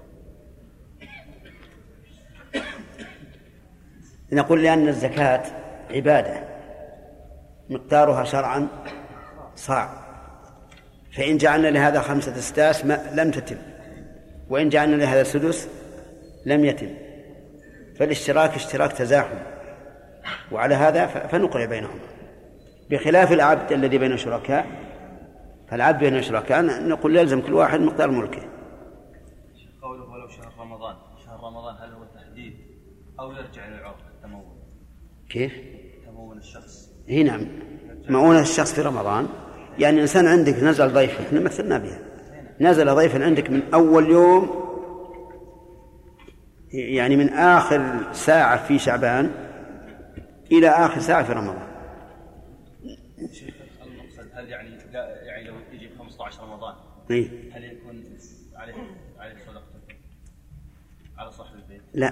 نقول لأن الزكاة عبادة مقدارها شرعا صاع، فإن جعلنا لهذا 5 أسداس لم تتم، وإن جعلنا لهذا سدس لم يتم، فالاشتراك اشتراك تزاحم، وعلى هذا فنقرع بينهما. بخلاف العبد الذي بين الشركاء، فالعبد بين الشركاء نقول يلزم كل واحد مقدار ملكه. قوله ولو شهر رمضان هل هو تحديد أو يرجع للعرف التمول؟ كيف؟ تمول الشخص. هي نعم، مؤونة الشخص في رمضان، يعني إنسان عندك نزل ضيف، احنا مثلنا بها، نزل ضيف عندك من أول يوم، يعني من آخر ساعة في شعبان إلى آخر ساعة في رمضان. المقصد هل يعني لو يجي 15 رمضان هل يكون عليه صدقة على صاحب البيت؟ لا،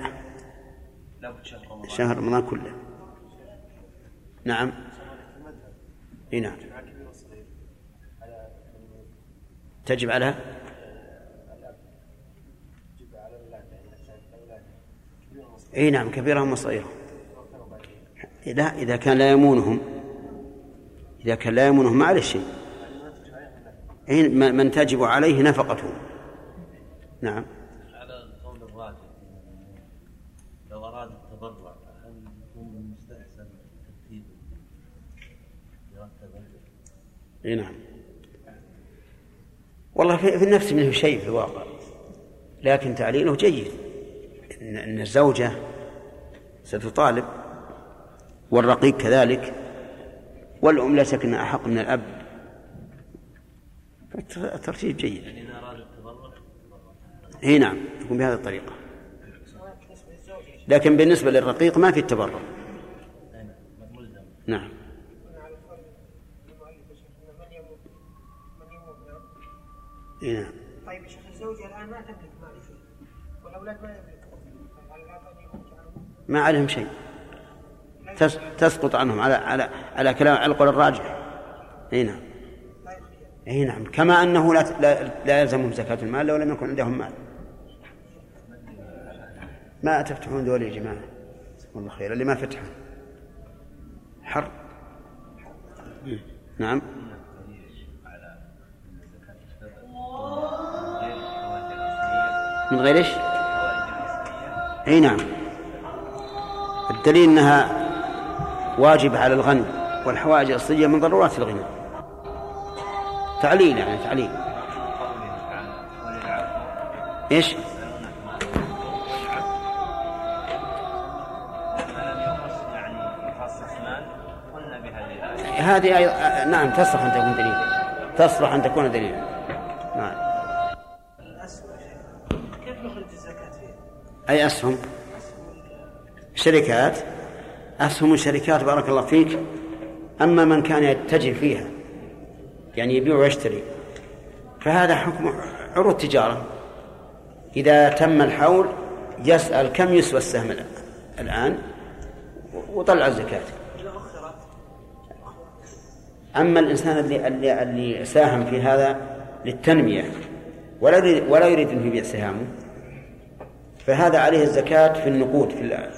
شهر رمضان كله. نعم. نعم. تجب على نعم كبيرهم وصغيرهم. لا، إذا كان لا يمونهم ما عليه شيء. من تجب عليه نفقته. نعم. على القول الراجح لو أراد التبرع هل يكون مستحسن ترتيب يرتب؟ نعم. والله في النفس منه شيء في الواقع، لكن تعليله جيد. إن الزوجة ستطالب، والرقيق كذلك، والأم لا شك أنها أحق من الأب، فالترتيب جيد. يعني إذا أراد التبرع نعم يكون بهذه الطريقة. لكن بالنسبة للرقيق ما في التبرع. نعم. نعم. طيب يا شيخ الزوجة الآن ما تملك مال شيء والأولاد ما يملكون، ما عليهم شيء، تسقط عنهم على كلام على القول الراجح. نعم. نعم. كما أنه لا يلزمهم زكاة المال لو لم يكن عندهم مال. ما تفتحون دول يا جماعة والله خير، اللي ما فتحه حر. نعم. من غير ايش؟ نعم. الدليل انها واجب على الغني، والحوائج الأصلية من ضرورات الغنى. تعليل يعني تعليل. ايش؟ هذه نعم تصلح أن تكون دليل، تصلح أن تكون دليلا. نعم. كيف نخرج الزكاة فيها؟ أي أسهم؟ شركات، أسهم الشركات بارك الله فيك. أما من كان يتجه فيها يعني يبيع ويشتري فهذا حكم عروض تجارة. إذا تم الحول يسأل كم يسوى السهم الآن وطلع الزكاة. أما الإنسان اللي ساهم في هذا للتنمية ولا يريد أن يبيع سهامه فهذا عليه الزكاة في النقود،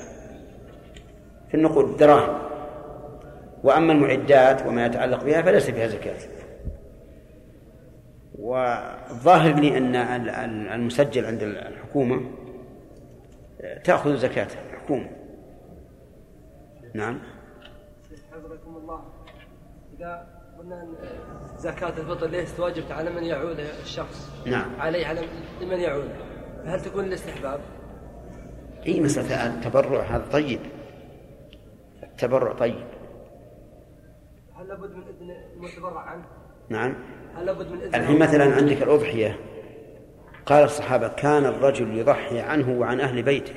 في النقود الدراهم. وأما المعدات وما يتعلق بها فليس فيها زكاة. والظاهر لي أن المسجل عند الحكومة تأخذ زكاة الحكومة. نعم. حفظكم الله، إذا قلنا زكاة الفطر ليست واجبة على من يعول الشخص. نعم. عليه على من يعول. هل تكون الاستحباب؟ أي مسألة التبرع هذا طيب. التبرع طيب. هل لابد من إذن المتبرع عنه؟ نعم. هل لابد من إذن؟ الحين مثلا عندك الأضحية، قال الصحابة كان الرجل يضحي عنه وعن أهل بيته.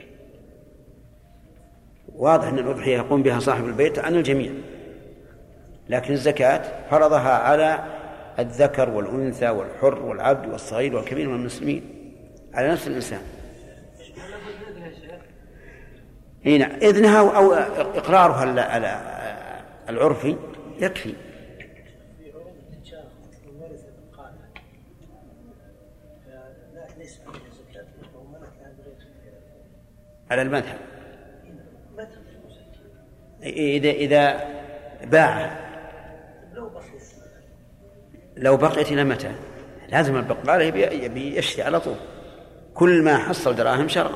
واضح أن الأضحية يقوم بها صاحب البيت عن الجميع، لكن الزكاة فرضها على الذكر والأنثى والحر والعبد والصغير والكبير من المسلمين، على نفس الإنسان. هنا إذنها أو إقرارها العرفي يكفي. على المذهب إذا باع لو بقيت إلى متى؟ لازم البقال يبي يشتري على طول، كل ما حصل دراهم شرى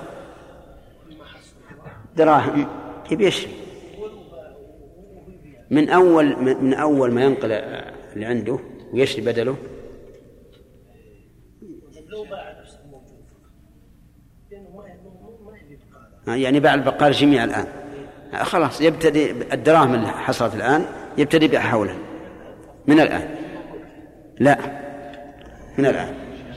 دراهم يبي يشتري من أول ما ينقل اللي عنده ويشتري بدله. يعني باع البقال جميع الآن خلاص يبتدي الدراهم اللي حصلت الآن يبتدي بيع حولها من الآن. لا من الآن.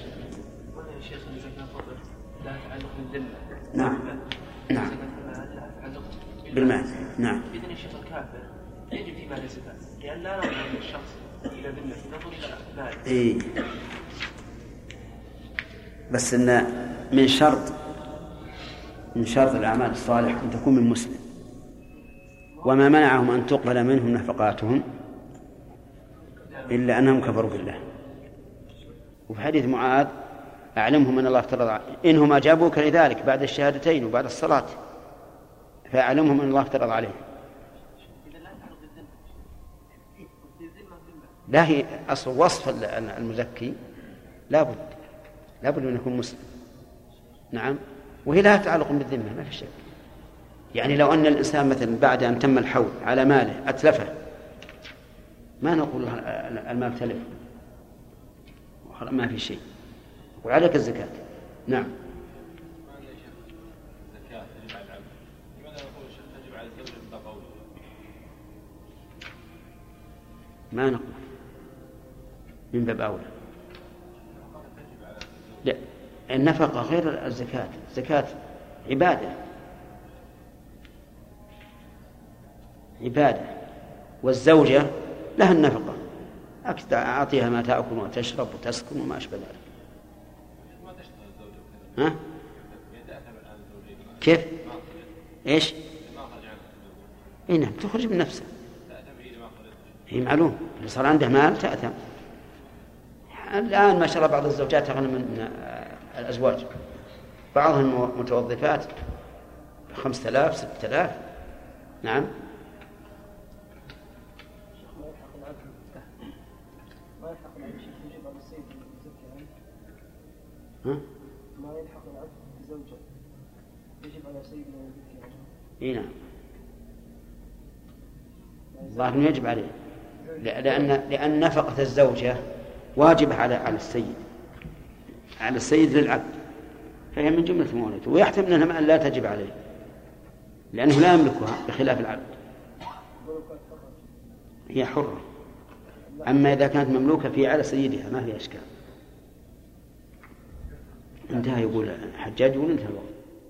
نعم نعم بالمال. نعم. إذن الشيخ الكافر يجب في مال الزكاة لأن لا نظر الشخص إلى ذمة نظر إلى مال. إيه بس إن من شرط الأعمال الصالحة أن تكون من مسلم، وما منعهم أن تقبل منهم نفقاتهم إلا أنهم كفروا بالله. وفي حديث معاذ أعلمهم أن الله افترض إنهم أجابوك لذلك بعد الشهادتين وبعد الصلاة فأعلمهم أن الله افترض عليهم. لا هي أصل وصف المزكي لابد أن يكون مسلم. نعم. وهي لها تعلق بالذمة ما في شك. يعني لو أن الإنسان مثلا بعد أن تم الحول على ماله أتلفه ما نقول المال تلف ما في شيء وعليك الزكاة. نعم. ما نقول من باب أولى. لا النفقة غير الزكاة. الزكاة عبادة والزوجة لها النفقة أعطيها ما تأكل وتشرب وتسكن وما أشبه ذلك. ها؟ كيف؟ إيش؟ إيه نعم تخرج من نفسها. هي معلوم اللي صار عنده مال تأثم. الآن ما شاء الله بعض الزوجات أغنى من الأزواج، بعضهم متوظفات 5000 6000. نعم. ما يلحق العبد بزوجة يجب على سيدنا يزكي عنها. اي نعم الظاهر انه يجب عليه لأن نفقة الزوجة واجبة على السيد للعبد، فهي من جملة مولته، ويحتمل أنها لا تجب عليه لأنه لا يملكها بخلاف العبد. هي حرة. أما إذا كانت مملوكة في على سيدها ما في أشكال. انتهى. يقول حجاج يقول انتهى الوقت.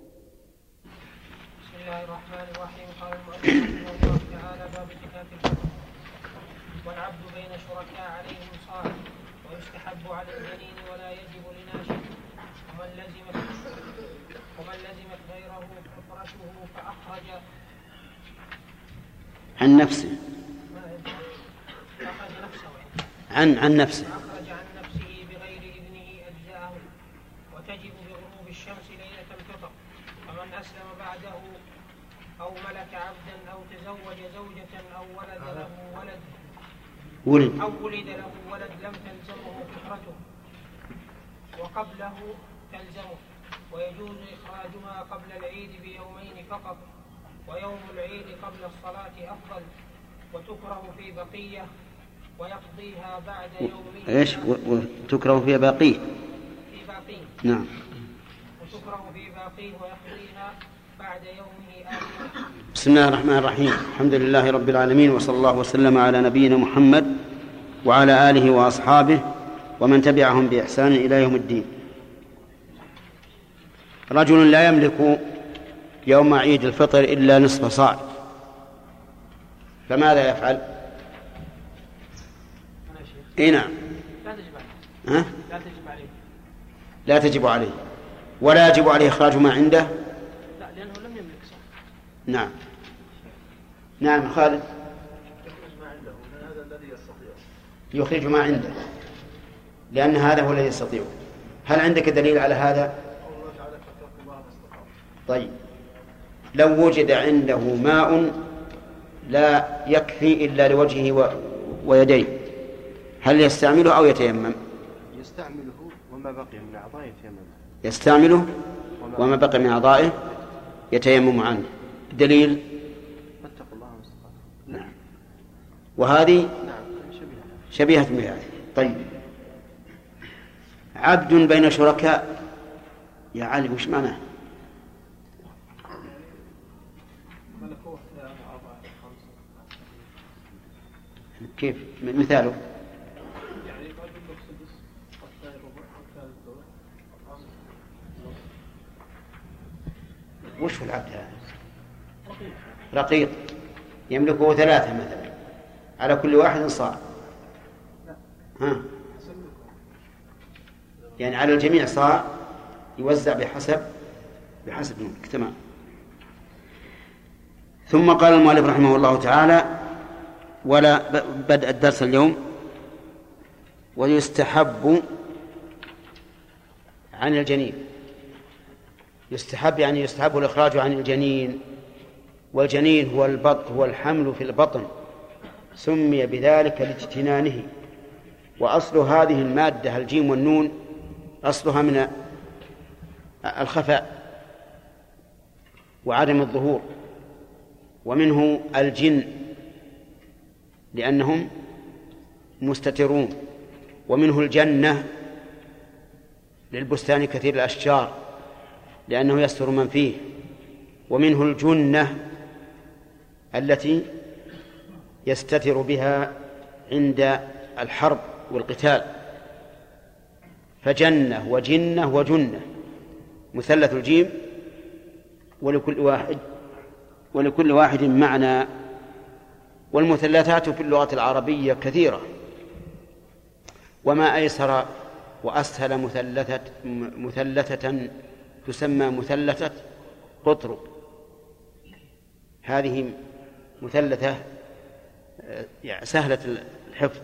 بسم الله الرحمن الرحيم. قال المؤلف رحمه الله تعالى باب زكاة الفطر. والعبد بين شركاء عليهم صالح ويستحب على الجنين ولا يجب لناشئ ومن لزمت غيره فطرته فأخرج عن نفسه عن نفسه بغير إذنه أجزاءه وتجب بغروب الشمس ليلة الفطر. فمن أسلم بعده أو ملك عبدا أو تزوج زوجة أو ولد له ولد لم تلزمه فطرته وقبله تلزمه، ويجوز إخراجها قبل العيد بيومين فقط، ويوم العيد قبل الصلاة أفضل، وتكره في بقية ويقضيها بعد يومه. إيش؟ وتكره في باقيه. في باقيه. نعم. وتكره في باقيه ويقضيها بعد يومه آخره. بسم الله الرحمن الرحيم. الحمد لله رب العالمين، وصلى الله وسلم على نبينا محمد وعلى آله وأصحابه ومن تبعهم بإحسان إلى يوم الدين. رجل لا يملك يوم عيد الفطر إلا نصف صاع، فماذا يفعل؟ نعم. لا تجب عليه، ولا يجب عليه إخراج ما عنده. لا، لأنه لم يملك صح. نعم. نعم خالد. يخرج ما عنده لأن هذا هو الذي يستطيع. هل عندك دليل على هذا؟ طيب، لو وجد عنده ماء لا يكفي إلا لوجهه ويديه، هل يستعمله أو يتيمم؟ يستعمله وما بقي من أعضائه يتيمم. يستعمله وما بقي من أعضائه يتيمم عنه. دليل؟ فاتقوا الله ما استطعتم. نعم. وهذه نعم شبيهة بهذه. طيب، عبد بين شركاء، يا علي وش معناه؟ كيف مثاله؟ وش هو العبد هذا؟ رقيق يملكه 3 مثلا، على كل واحد صاع. ها؟ يعني على الجميع صاع يوزع بحسب نومك. تمام. ثم قال المؤلف رحمه الله تعالى: ولا بدأ الدرس اليوم. ويستحب عن الجنين. يستحب يعني يستحب الإخراج عن الجنين، والجنين هو الحمل في البطن، سمي بذلك لاجتنانه. وأصل هذه المادة الجيم والنون أصلها من الخفاء وعدم الظهور، ومنه الجن لأنهم مستترون، ومنه الجنة للبستان كثير الأشجار لأنه يستر من فيه، ومنه الجنة التي يستتر بها عند الحرب والقتال. فجنة وجنة وجنة مثلث الجيم، ولكل واحد معنى. والمثلثات في اللغة العربية كثيرة، وما أيسر وأسهل مثلثة تسمى مثلثة قطر. هذه مثلثة سهلة الحفظ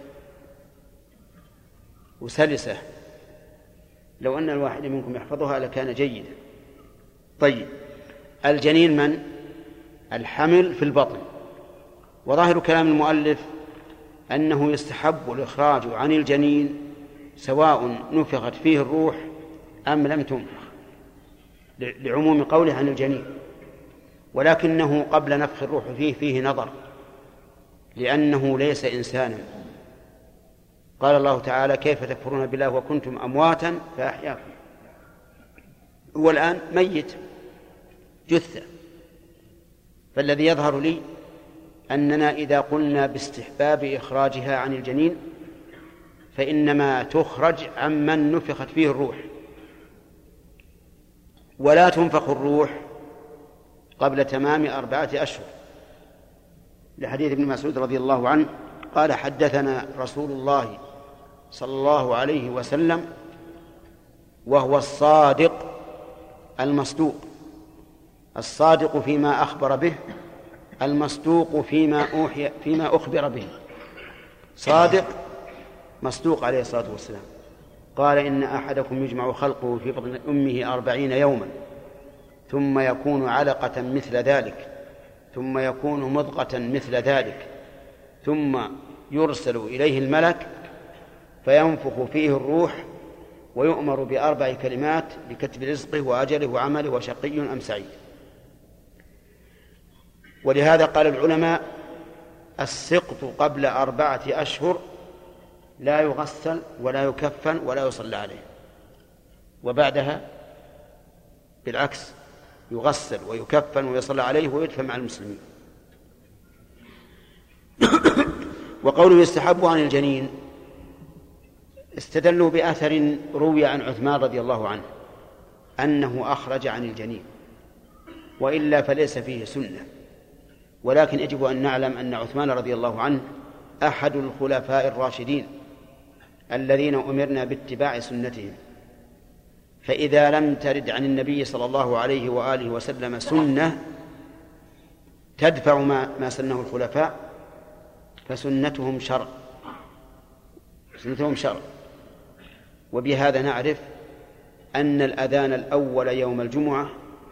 وسلسة، لو أن الواحد منكم يحفظها لكان جيدا. طيب، الجنين من؟ الحمل في البطن. وظاهر كلام المؤلف أنه يستحب الإخراج عن الجنين سواء نفخت فيه الروح أم لم تنفخ، لعموم قوله عن الجنين. ولكنه قبل نفخ الروح فيه نظر، لأنه ليس إنسانا. قال الله تعالى: كيف تكفرون بالله وكنتم أمواتا فأحياكم. هو الآن ميت جثة. فالذي يظهر لي أننا إذا قلنا باستحباب إخراجها عن الجنين فإنما تخرج عمن نفخت فيه الروح، ولا تنفخ الروح قبل تمام 4 أشهر، لحديث ابن مسعود رضي الله عنه قال: حدثنا رسول الله صلى الله عليه وسلم وهو الصادق المصدوق. الصادق فيما أخبر به، المصدوق فيما أخبر به. صادق مصدوق عليه الصلاة والسلام. قال: إن أحدكم يجمع خلقه في بطن أمه 40 يوما ثم يكون علقة مثل ذلك ثم يكون مضغة مثل ذلك ثم يرسل إليه الملك فينفخ فيه الروح ويؤمر ب4 كلمات بكتب رزقه وأجله وعمله وشقي أم سعيد. ولهذا قال العلماء: السقط قبل 4 أشهر لا يغسل ولا يكفن ولا يصلى عليه، وبعدها بالعكس يغسل ويكفن ويصلى عليه ويدفن مع المسلمين. وقوله يستحب عن الجنين استدلوا بأثر روي عن عثمان رضي الله عنه أنه أخرج عن الجنين، وإلا فليس فيه سنة. ولكن يجب أن نعلم أن عثمان رضي الله عنه أحد الخلفاء الراشدين الذين أمرنا باتباع سنتهم، فإذا لم ترد عن النبي صلى الله عليه وآله وسلم سنة تدفع ما سنه الخلفاء فسنتهم شرع، سنتهم شرع. وبهذا نعرف أن الأذان الأول يوم الجمعة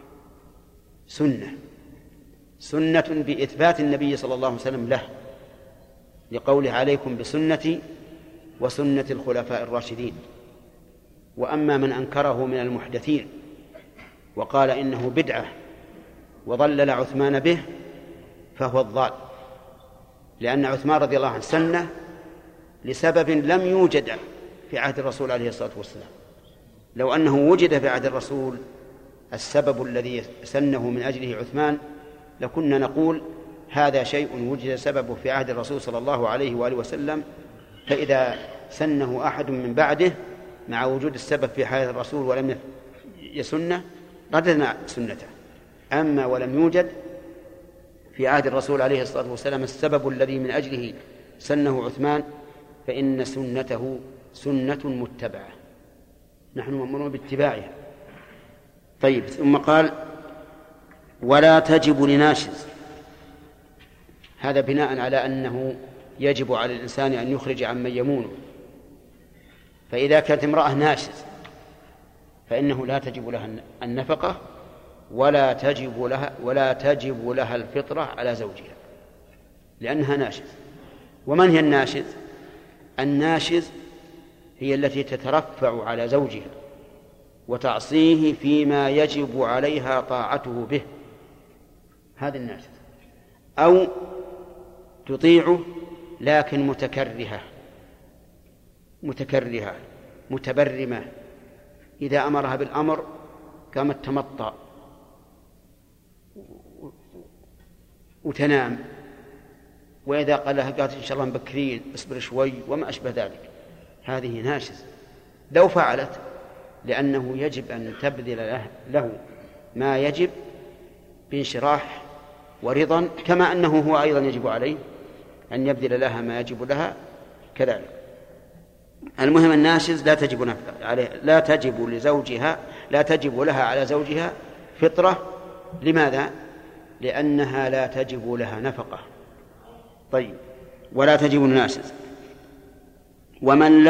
سنة بإثبات النبي صلى الله عليه وسلم له، لقوله عليكم بسنتي وسنة الخلفاء الراشدين. وأما من أنكره من المحدثين وقال إنه بدعة وضلل عثمان به فهو الضال، لأن عثمان رضي الله عنه سنة لسبب لم يوجد في عهد الرسول عليه الصلاة والسلام. لو أنه وجد في عهد الرسول السبب الذي سنه من أجله عثمان لكنا نقول هذا شيء وجد سببه في عهد الرسول صلى الله عليه وآله وسلم، فإذا سنه أحد من بعده مع وجود السبب في حياة الرسول ولم يسنه رددنا سنته. أما ولم يوجد في عهد الرسول عليه الصلاة والسلام السبب الذي من أجله سنه عثمان فإن سنته سنة متبعة، نحن مأمورون باتباعها. طيب، ثم قال ولا تجب لناشز، هذا بناء على أنه يجب على الإنسان أن يخرج عمن يمونه، فإذا كانت امرأة ناشز فإنه لا تجب لها النفقة ولا تجب لها الفطرة على زوجها لأنها ناشز. ومن هي الناشز؟ الناشز هي التي تترفع على زوجها وتعصيه فيما يجب عليها طاعته به، هذا الناشز. أو تطيعه لكن متكرهة متبرمة، إذا أمرها بالأمر قامت تمطى وتنام، وإذا قال لها قالت إن شاء الله مبكرين اصبر شوي وما أشبه ذلك، هذه ناشز لو فعلت، لأنه يجب أن تبذل له ما يجب بانشراح ورضا، كما أنه هو أيضا يجب عليه أن يبذل لها ما يجب لها كذلك. المهم الناشز لا تجب نفقة عليه، لا تجب لها على زوجها فطرة. لماذا؟ لأنها لا تجب لها نفقة. طيب، ولا تجب الناشز. ومن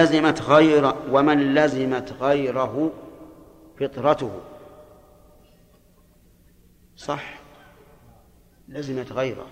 لزمت غيره فطرته، صح، لزمت غيره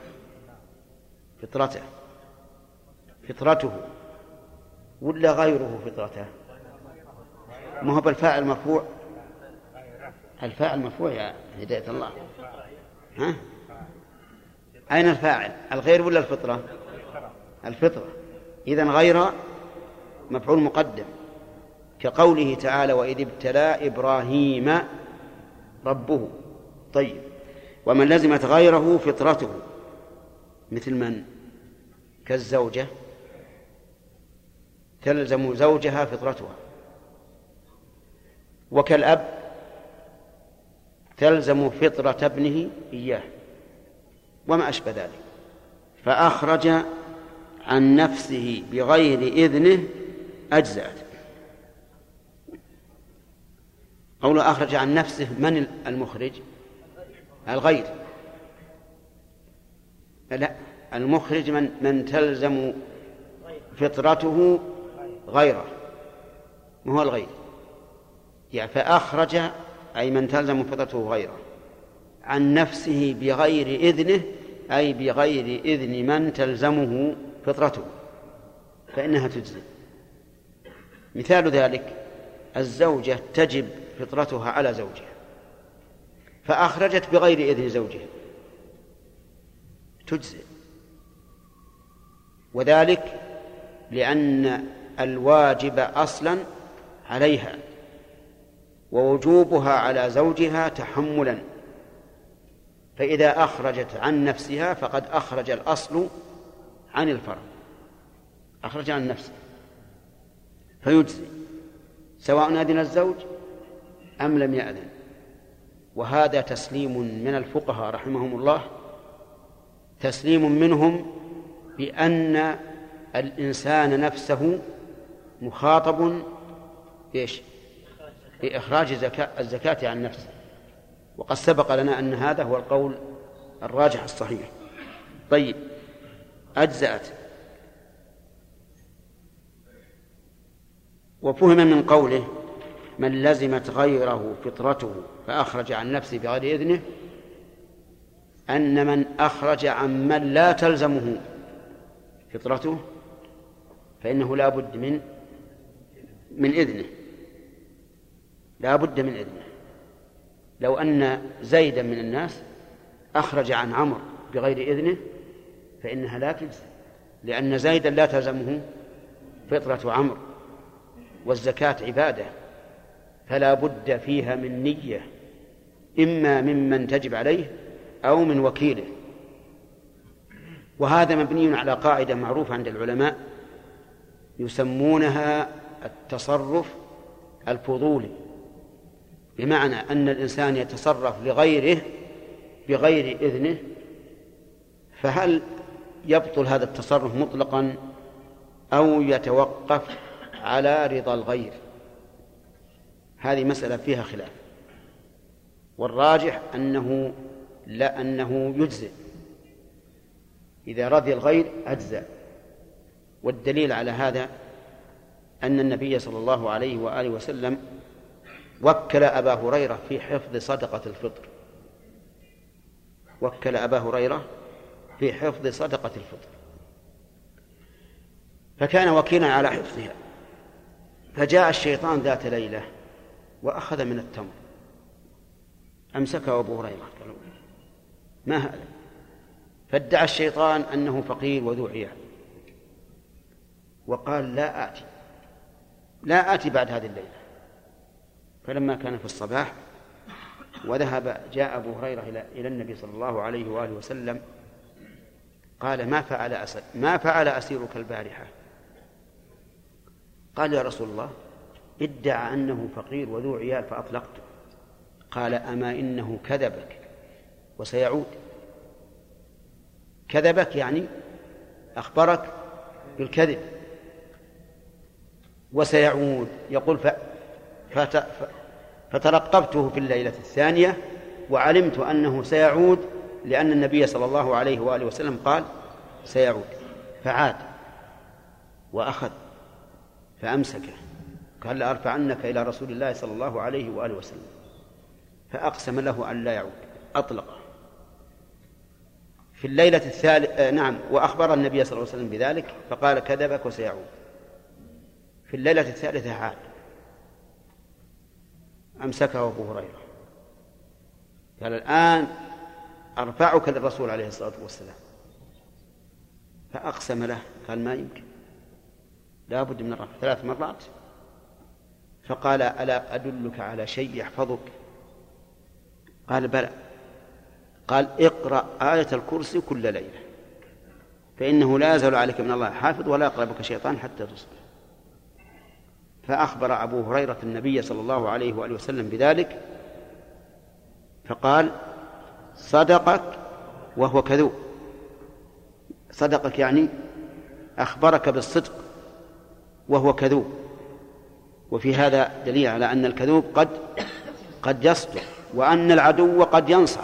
فطرته ولا غيره فطرته؟ ما هو بالفاعل مرفوع، الفاعل مرفوع يا هداية الله. ها؟ أين الفاعل؟ الغير ولا الفطرة؟ الفطرة. إذن غير مفعول مقدم، كقوله تعالى وإذ ابتلى إبراهيم ربه. طيب، ومن لزمت غيره فطرته مثل من؟ كالزوجة تلزم زوجها فطرتها، وكالأب تلزم فطرة ابنه إياه، وما أشبه ذلك. فأخرج عن نفسه بغير إذنه أجزأت. قوله أخرج عن نفسه، من المخرج؟ الغير. لا، المخرج من تلزم فطرته غيره، ما هو الغير. يعني فأخرج أي من تلزم فطرته غيره عن نفسه بغير إذنه، أي بغير إذن من تلزمه فطرته، فإنها تجزي. مثال ذلك الزوجة تجب فطرتها على زوجها فأخرجت بغير إذن زوجها تجزي، وذلك لأن الواجب أصلا عليها، ووجوبها على زوجها تحملا، فإذا أخرجت عن نفسها فقد أخرج الأصل عن الفرع، أخرج عن نفسه فيجزي سواء أذن الزوج أم لم يأذن. وهذا تسليم من الفقهاء رحمهم الله، تسليم منهم بأن الإنسان نفسه مخاطب بإخراج الزكاة عن نفسه، وقد سبق لنا أن هذا هو القول الراجح الصحيح. طيب، أجزأت. وفهم من قوله من لزمت غيره فطرته فأخرج عن نفسه بغير إذنه أن من أخرج عن من لا تلزمه فطرته فإنه لا بد من إذنه، لا بد من إذنه. لو أن زيدا من الناس أخرج عن عمرو بغير إذنه فإنها لا تجزي، لأن زيدا لا تلزمه فطرة عمرو، والزكاة عبادة فلا بد فيها من نية، إما ممن تجب عليه أو من وكيله. وهذا مبني على قاعدة معروفة عند العلماء يسمونها التصرف الفضولي، بمعنى أن الإنسان يتصرف لغيره بغير إذنه، فهل يبطل هذا التصرف مطلقا أو يتوقف على رضا الغير؟ هذه مسألة فيها خلاف، والراجح أنه يجزئ، إذا رضي الغير أجزأ. والدليل على هذا أن النبي صلى الله عليه وآله وسلم وكل أبا هريرة في حفظ صدقة الفطر، وكل أبا هريرة في حفظ صدقة الفطر، فكان وكيلا على حفظها. فجاء الشيطان ذات ليلة وأخذ من التمر، أمسكه أبو هريرة قال ما هذا؟ فادعى الشيطان أنه فقير وذو عيال، وقال لا آتي بعد هذه الليلة. فلما كان في الصباح وذهب جاء أبو هريرة إلى النبي صلى الله عليه وآله وسلم قال ما فعل أسيرك البارحة؟ قال يا رسول الله ادعى أنه فقير وذو عيال فأطلقته. قال أما إنه كذبك وسيعود. كذبك يعني أخبرك بالكذب، وسيعود يقول فترقبته في الليلة الثانية وعلمت أنه سيعود، لأن النبي صلى الله عليه وآله وسلم قال سيعود، فعاد وأخذ فأمسكه قال لأرفعنك إلى رسول الله صلى الله عليه وآله وسلم، فأقسم له أن لا يعود، أطلقه. في الليلة الثالثة وأخبر النبي صلى الله عليه وسلم بذلك فقال كذبك وسيعود. في الليلة الثالثة عاد أمسكه أبو هريرة قال الآن أرفعك للرسول عليه الصلاة والسلام، فأقسم له قال ما يمكن، لا بد من الرفع 3 مرات. فقال ألا أدلك على شيء يحفظك؟ قال بلى. قال اقرأ آية الكرسي كل ليلة فإنه لا يزال عليك من الله حافظ ولا يقربك شيطان حتى تصبح. فأخبر أبو هريرة النبي صلى الله عليه وآله وسلم بذلك فقال صدقك وهو كذوب. صدقك يعني أخبرك بالصدق وهو كذوب. وفي هذا دليل على أن الكذوب قد يصدق، وأن العدو قد ينصح،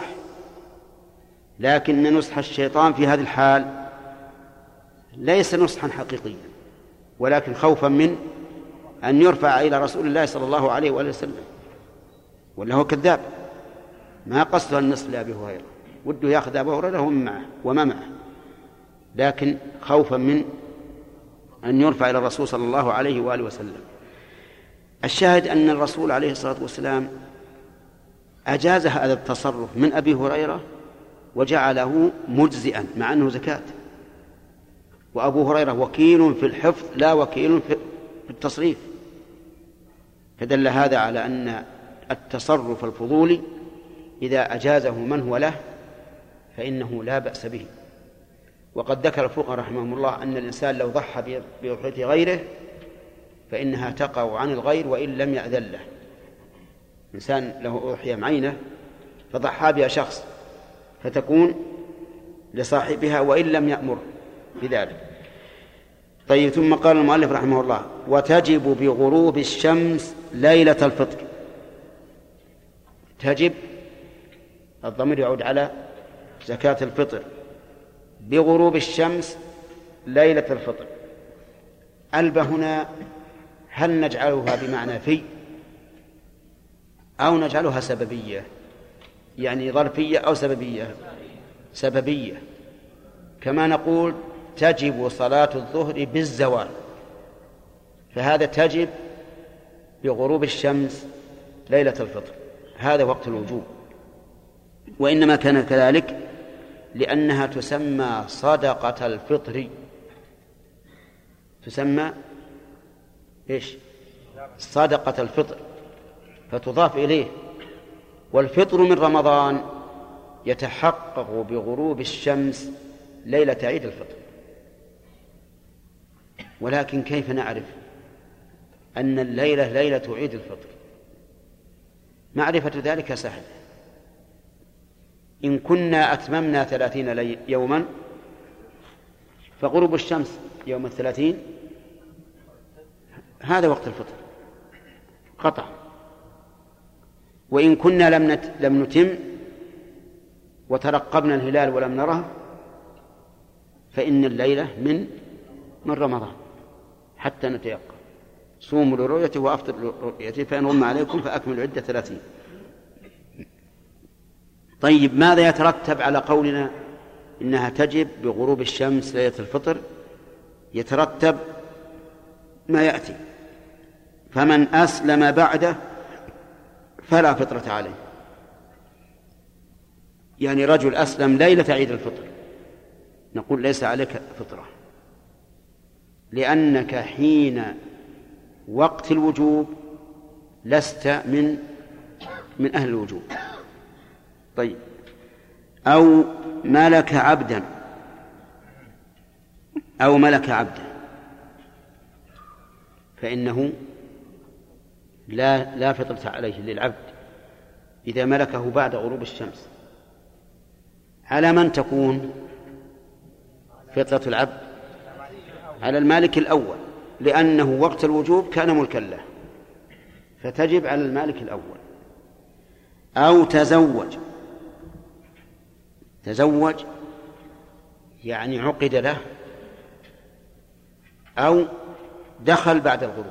لكن نصح الشيطان في هذه الحال ليس نصحا حقيقيا، ولكن خوفا من أن يرفع إلى رسول الله صلى الله عليه وآله وسلم، ولا هو كذاب ما قصده النصح لأبي هريرة، وده يأخذ أبو هريرة وما معه، لكن خوفا من أن يرفع إلى الرسول صلى الله عليه وآله وسلم. الشاهد أن الرسول عليه الصلاة والسلام أجاز هذا التصرف من أبي هريرة وجعله مجزئا مع أنه زكاة، وأبو هريرة وكيل في الحفظ لا وكيل التصريف، فدل هذا على أن التصرف الفضولي إذا أجازه من هو له فإنه لا بأس به. وقد ذكر الفقهاء رحمهم الله أن الإنسان لو ضحى بأضحية غيره فإنها تقع عن الغير وإن لم يأذن له. إنسان له أضحية معينة فضحى بها شخص فتكون لصاحبها وإن لم يأمر بذلك. طيب، ثم قال المؤلف رحمه الله: وتجب بغروب الشمس ليلة الفطر. تجب، الضمير يعود على زكاة الفطر، بغروب الشمس ليلة الفطر. ألب هنا هل نجعلها بمعنى في أو نجعلها سببية، يعني ظرفية أو سببية؟ سببية، كما نقول تجب صلاة الظهر بالزوال، فهذا تجب بغروب الشمس ليلة الفطر، هذا وقت الوجوب. وإنما كان كذلك لأنها تسمى صدقة الفطر، تسمى إيش؟ صدقة الفطر، فتضاف إليه. والفطر من رمضان يتحقق بغروب الشمس ليلة عيد الفطر. ولكن كيف نعرف أن الليلة ليلة عيد الفطر؟ معرفة ذلك سهل. إن كنا أتممنا 30 يوما فغروب الشمس يوم 30 هذا وقت الفطر قطع. وإن كنا لم نتم وترقبنا الهلال ولم نره فإن الليلة من رمضان حتى نتيقن. صوموا لرؤيته وأفطروا لرؤيته فإن غم عليكم فأكملوا عدة 30. طيب، ماذا يترتب على قولنا إنها تجب بغروب الشمس ليلة الفطر؟ يترتب ما يأتي: فمن أسلم بعده فلا فطرة عليه. يعني رجل أسلم ليلة عيد الفطر نقول ليس عليك فطرة، لأنك حين وقت الوجوب لست من أهل الوجوب. طيب، أو ملك عبدا فإنه لا فطرة عليه للعبد إذا ملكه بعد غروب الشمس. على من تكون فطرة العبد؟ على المالك الأول، لأنه وقت الوجوب كان ملكا له فتجب على المالك الأول. أو تزوج يعني عقد له، أو دخل بعد الغروب.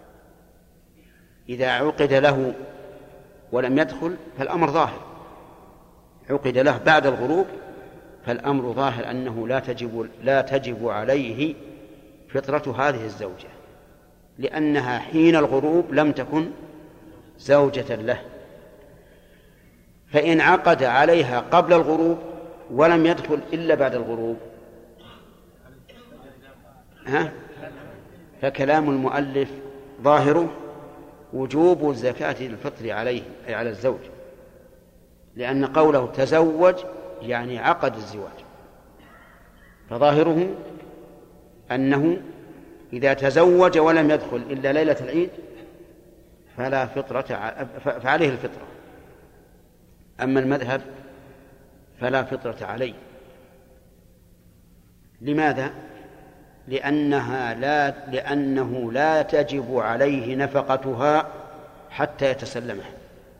إذا عقد له ولم يدخل فالأمر ظاهر، عقد له بعد الغروب فالأمر ظاهر أنه لا تجب عليه فطرة هذه الزوجة، لأنها حين الغروب لم تكن زوجة له. فإن عقد عليها قبل الغروب ولم يدخل إلا بعد الغروب فكلام المؤلف ظاهره وجوب زكاة الفطر عليه، أي على الزوج، لأن قوله تزوج يعني عقد الزواج، فظاهره أنه إذا تزوج ولم يدخل إلا ليلة العيد فعليه الفطرة. أما المذهب فلا فطرة عليه. لماذا؟ لأنه لا تجب عليه نفقتها حتى يتسلمها،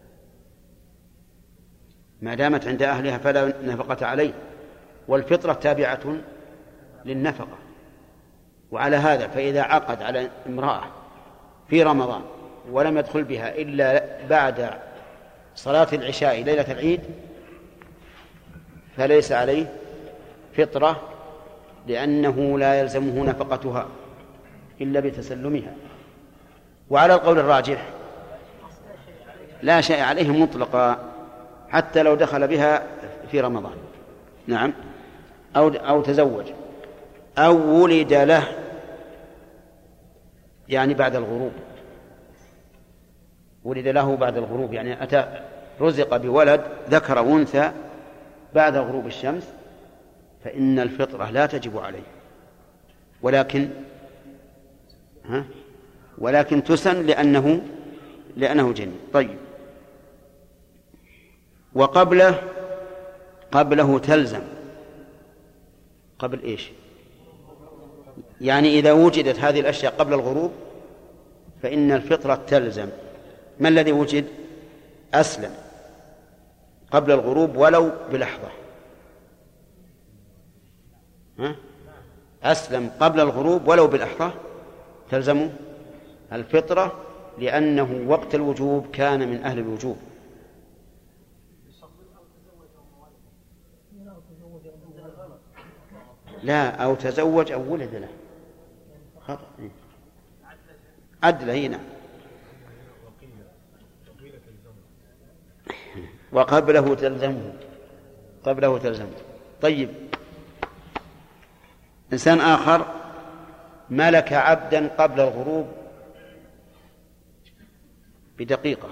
ما دامت عند أهلها فلا نفقة عليه، والفطرة تابعة للنفقة. وعلى هذا فإذا عقد على امرأة في رمضان ولم يدخل بها إلا بعد صلاة العشاء ليلة العيد فليس عليه فطرة، لأنه لا يلزمه نفقتها إلا بتسلمها. وعلى القول الراجح لا شيء عليه مطلقا حتى لو دخل بها في رمضان. نعم. أو تزوج أو ولد له يعني بعد الغروب، ولد له بعد الغروب، يعني أتى رزق بولد ذكر وأنثى بعد غروب الشمس، فإن الفطرة لا تجب عليه، ولكن تسن لأنه جنين. طيب، قبله تلزم. قبل إيش؟ يعني إذا وجدت هذه الأشياء قبل الغروب فإن الفطرة تلزم. ما الذي وجد؟ أسلم قبل الغروب ولو بلحظة، أسلم قبل الغروب ولو بلحظة، تلزمه الفطرة، لأنه وقت الوجوب كان من أهل الوجوب. لا، أو تزوج أو ولد له، خطأ. عدل هنا. وقبله تلزمه. طيب، إنسان آخر ملك عبدا قبل الغروب بدقيقة،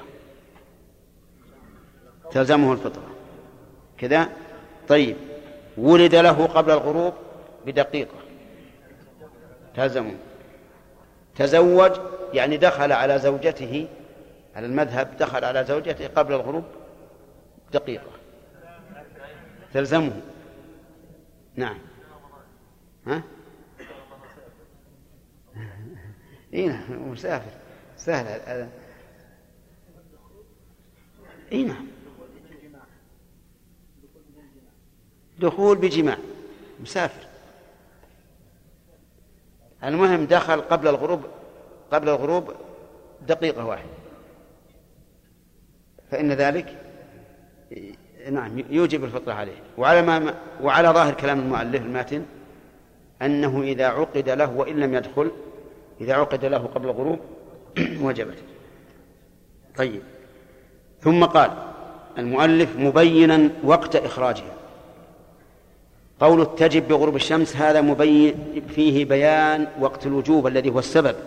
تلزمه الفطرة كذا. طيب، ولد له قبل الغروب بدقيقة، تلزمه. تزوج يعني دخل على زوجته، على المذهب دخل على زوجته قبل الغروب دقيقة، تلزمه. نعم. نعم، مسافر سهل هذا. نعم، دخول بجماع، مسافر. المهم دخل قبل الغروب دقيقة واحدة، فإن ذلك نعم يوجب الفطرة عليه. وعلى ظاهر كلام المؤلف الماتن أنه إذا عقد له وإن لم يدخل، إذا عقد له قبل الغروب وجبت. طيب، ثم قال المؤلف مبينا وقت إخراجها. قول تجب بغروب الشمس هذا مبين فيه بيان وقت الوجوب الذي هو السبب،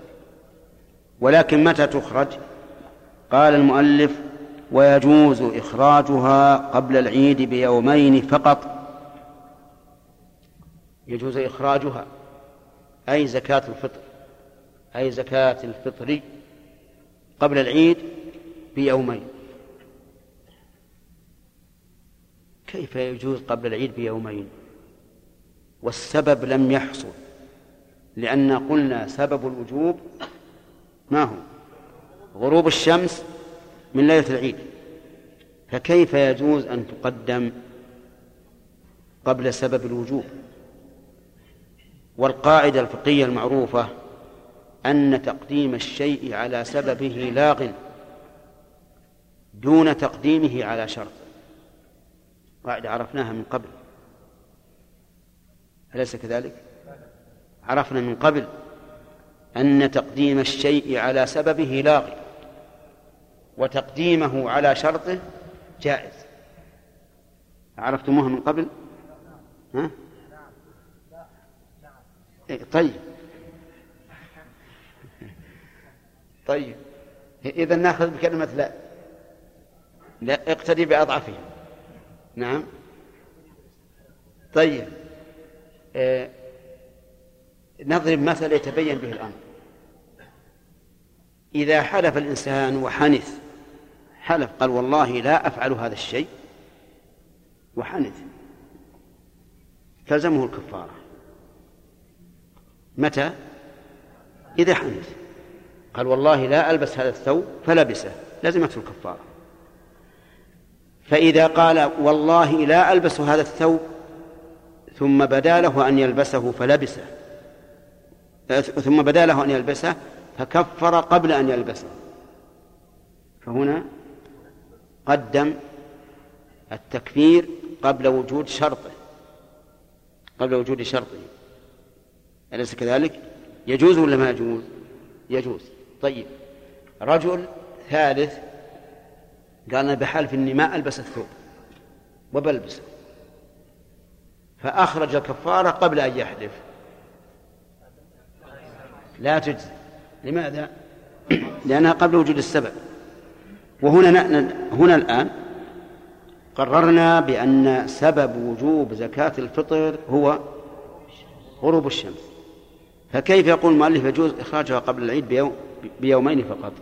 ولكن متى تخرج؟ قال المؤلف ويجوز إخراجها قبل العيد بيومين فقط. يجوز إخراجها أي زكاة الفطر قبل العيد بيومين. كيف يجوز قبل العيد بيومين والسبب لم يحصل؟ لأن قلنا سبب الوجوب ما هو؟ غروب الشمس من ليلة العيد، فكيف يجوز أن تقدم قبل سبب الوجوب؟ والقاعدة الفقهية المعروفة أن تقديم الشيء على سببه لاغ دون تقديمه على شرط. قاعدة عرفناها من قبل، أليس كذلك؟ عرفنا من قبل أن تقديم الشيء على سببه لاغ وتقديمه على شرطه جائز. عرفتموها من قبل؟ طيب إذا نأخذ بكلمة لا اقتدي بأضعفها. نعم. طيب، نضرب مثل يتبين به الأمر. إذا حلف الإنسان وحنث، حلف قال والله لا أفعل هذا الشيء وحنث، تلزمه الكفارة. متى؟ إذا حنث قال والله لا ألبس هذا الثوب فلبسه، لازمته الكفارة. فإذا قال والله لا ألبس هذا الثوب ثم بدا له أن يلبسه فلبسه، ثم بدا له أن يلبسه فكفر قبل أن يلبسه، فهنا قدم التكفير قبل وجود شرطه، أليس كذلك؟ يجوز ولا ما يجوز؟ يجوز. طيب، رجل ثالث قال أنا بحلف إني ما ألبس الثوب وبلبسه، فأخرج الكفارة قبل أن يحلف، لا تجزي، لماذا؟ لأنها قبل وجود السبب. وهنا الآن قررنا بأن سبب وجوب زكاة الفطر هو غروب الشمس، فكيف يقول المؤلف يجوز إخراجها قبل العيد بيومين فقط؟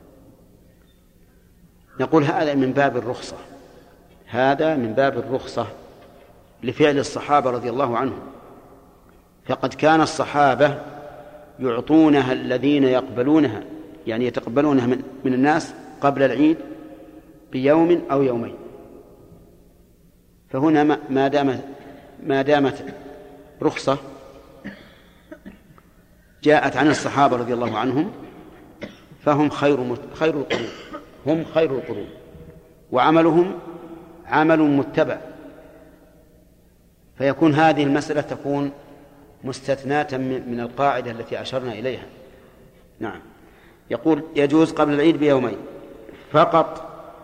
نقول هذا من باب الرخصة، هذا من باب الرخصة لفعل الصحابة رضي الله عنهم، فقد كان الصحابة يعطونها الذين يقبلونها، يعني يتقبلونها من الناس قبل العيد بيوم أو يومين. فهنا ما دامت رخصة جاءت عن الصحابة رضي الله عنهم فهم خير القرون، هم خير القرون، وعملهم عمل متبع، فيكون هذه المسألة تكون مستثناة من القاعدة التي أشرنا إليها. نعم. يقول يجوز قبل العيد بيومين فقط.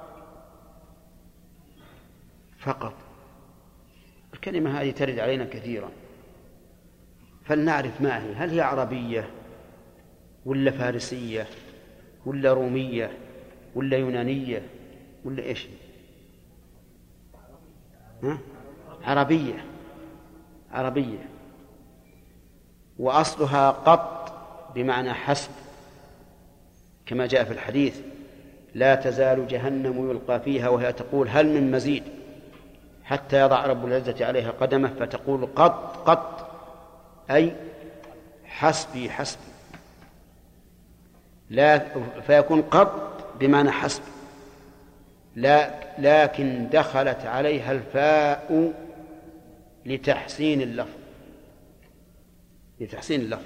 الكلمة هذه ترد علينا كثيرا، فلنعرف ما هي، هل هي عربية ولا فارسية ولا رومية ولا يونانية ولا إيش؟ عربية، وأصلها قط بمعنى حسب، كما جاء في الحديث: لا تزال جهنم يلقى فيها وهي تقول هل من مزيد، حتى يضع رب العزة عليها قدمه فتقول قط، أي حسبي. لا، فيكون قط بمعنى حسب، لكن دخلت عليها الفاء لتحسين اللفظ،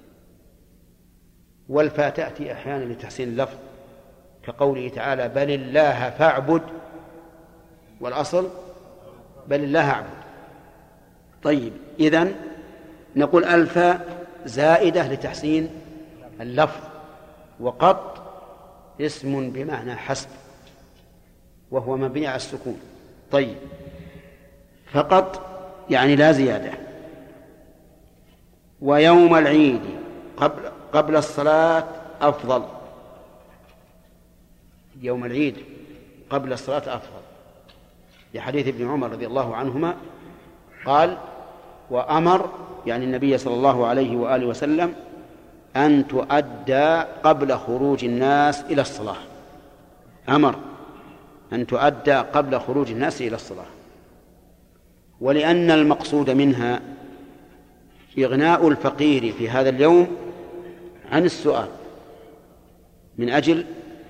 والفاء تأتي أحيانا لتحسين اللفظ، كقوله تعالى: بل الله فاعبد، والأصل بل الله أعبد. طيب، إذن نقول الفاء زائدة لتحسين اللفظ، وقط اسم بمعنى حسب، وهو مبني على السكون. طيب، فقط يعني لا زيادة. ويوم العيد قبل الصلاة أفضل، يوم العيد قبل الصلاة أفضل، لحديث ابن عمر رضي الله عنهما قال: وأمر، يعني النبي صلى الله عليه وآله وسلم، أن تؤدى قبل خروج الناس إلى الصلاة. أمر أن تؤدى قبل خروج الناس إلى الصلاة، ولأن المقصود منها إغناء الفقير في هذا اليوم عن السؤال، من أجل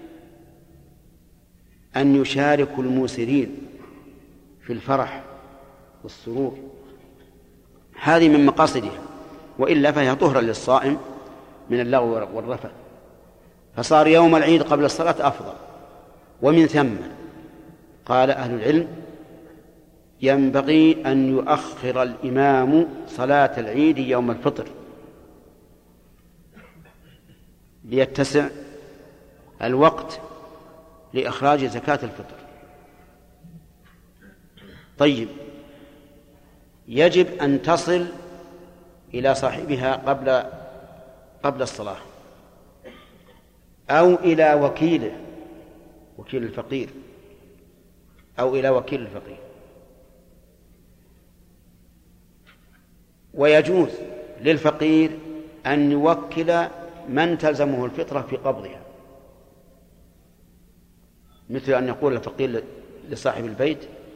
أن يشارك الموسرين في الفرح والسرور، هذه من مقاصدها، وإلا فهي طهرا للصائم من اللغو والرفث، فصار يوم العيد قبل الصلاة أفضل. ومن ثم قال أهل العلم: ينبغي أن يؤخر الإمام صلاة العيد يوم الفطر ليتسع الوقت لإخراج زكاة الفطر. طيب، يجب أن تصل إلى صاحبها قبل الصلاة، أو إلى وكيل الفقير، أو إلى وكيل الفقير. ويجوز للفقير أن يوكل من تلزمه الفطرة في قبضها، مثل أن يقول الفقير لصاحب البيت: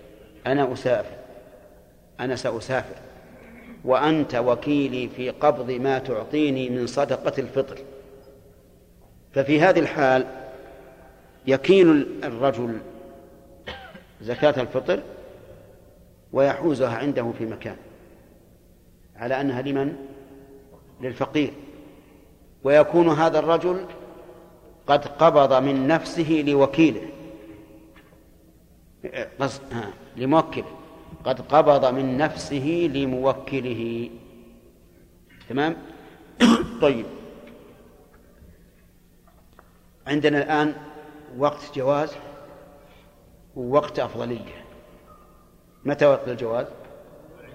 أنا سأسافر، وأنت وكيلي في قبض ما تعطيني من صدقة الفطر. ففي هذه الحال يكيل الرجل زكاة الفطر ويحوزها عنده في مكان، على أنها لمن؟ للفقير، ويكون هذا الرجل قد قبض من نفسه لوكيله، لموكله، قد قبض من نفسه لموكله. تمام؟ طيب، عندنا الآن وقت جواز ووقت أفضلية. متى وقت الجواز؟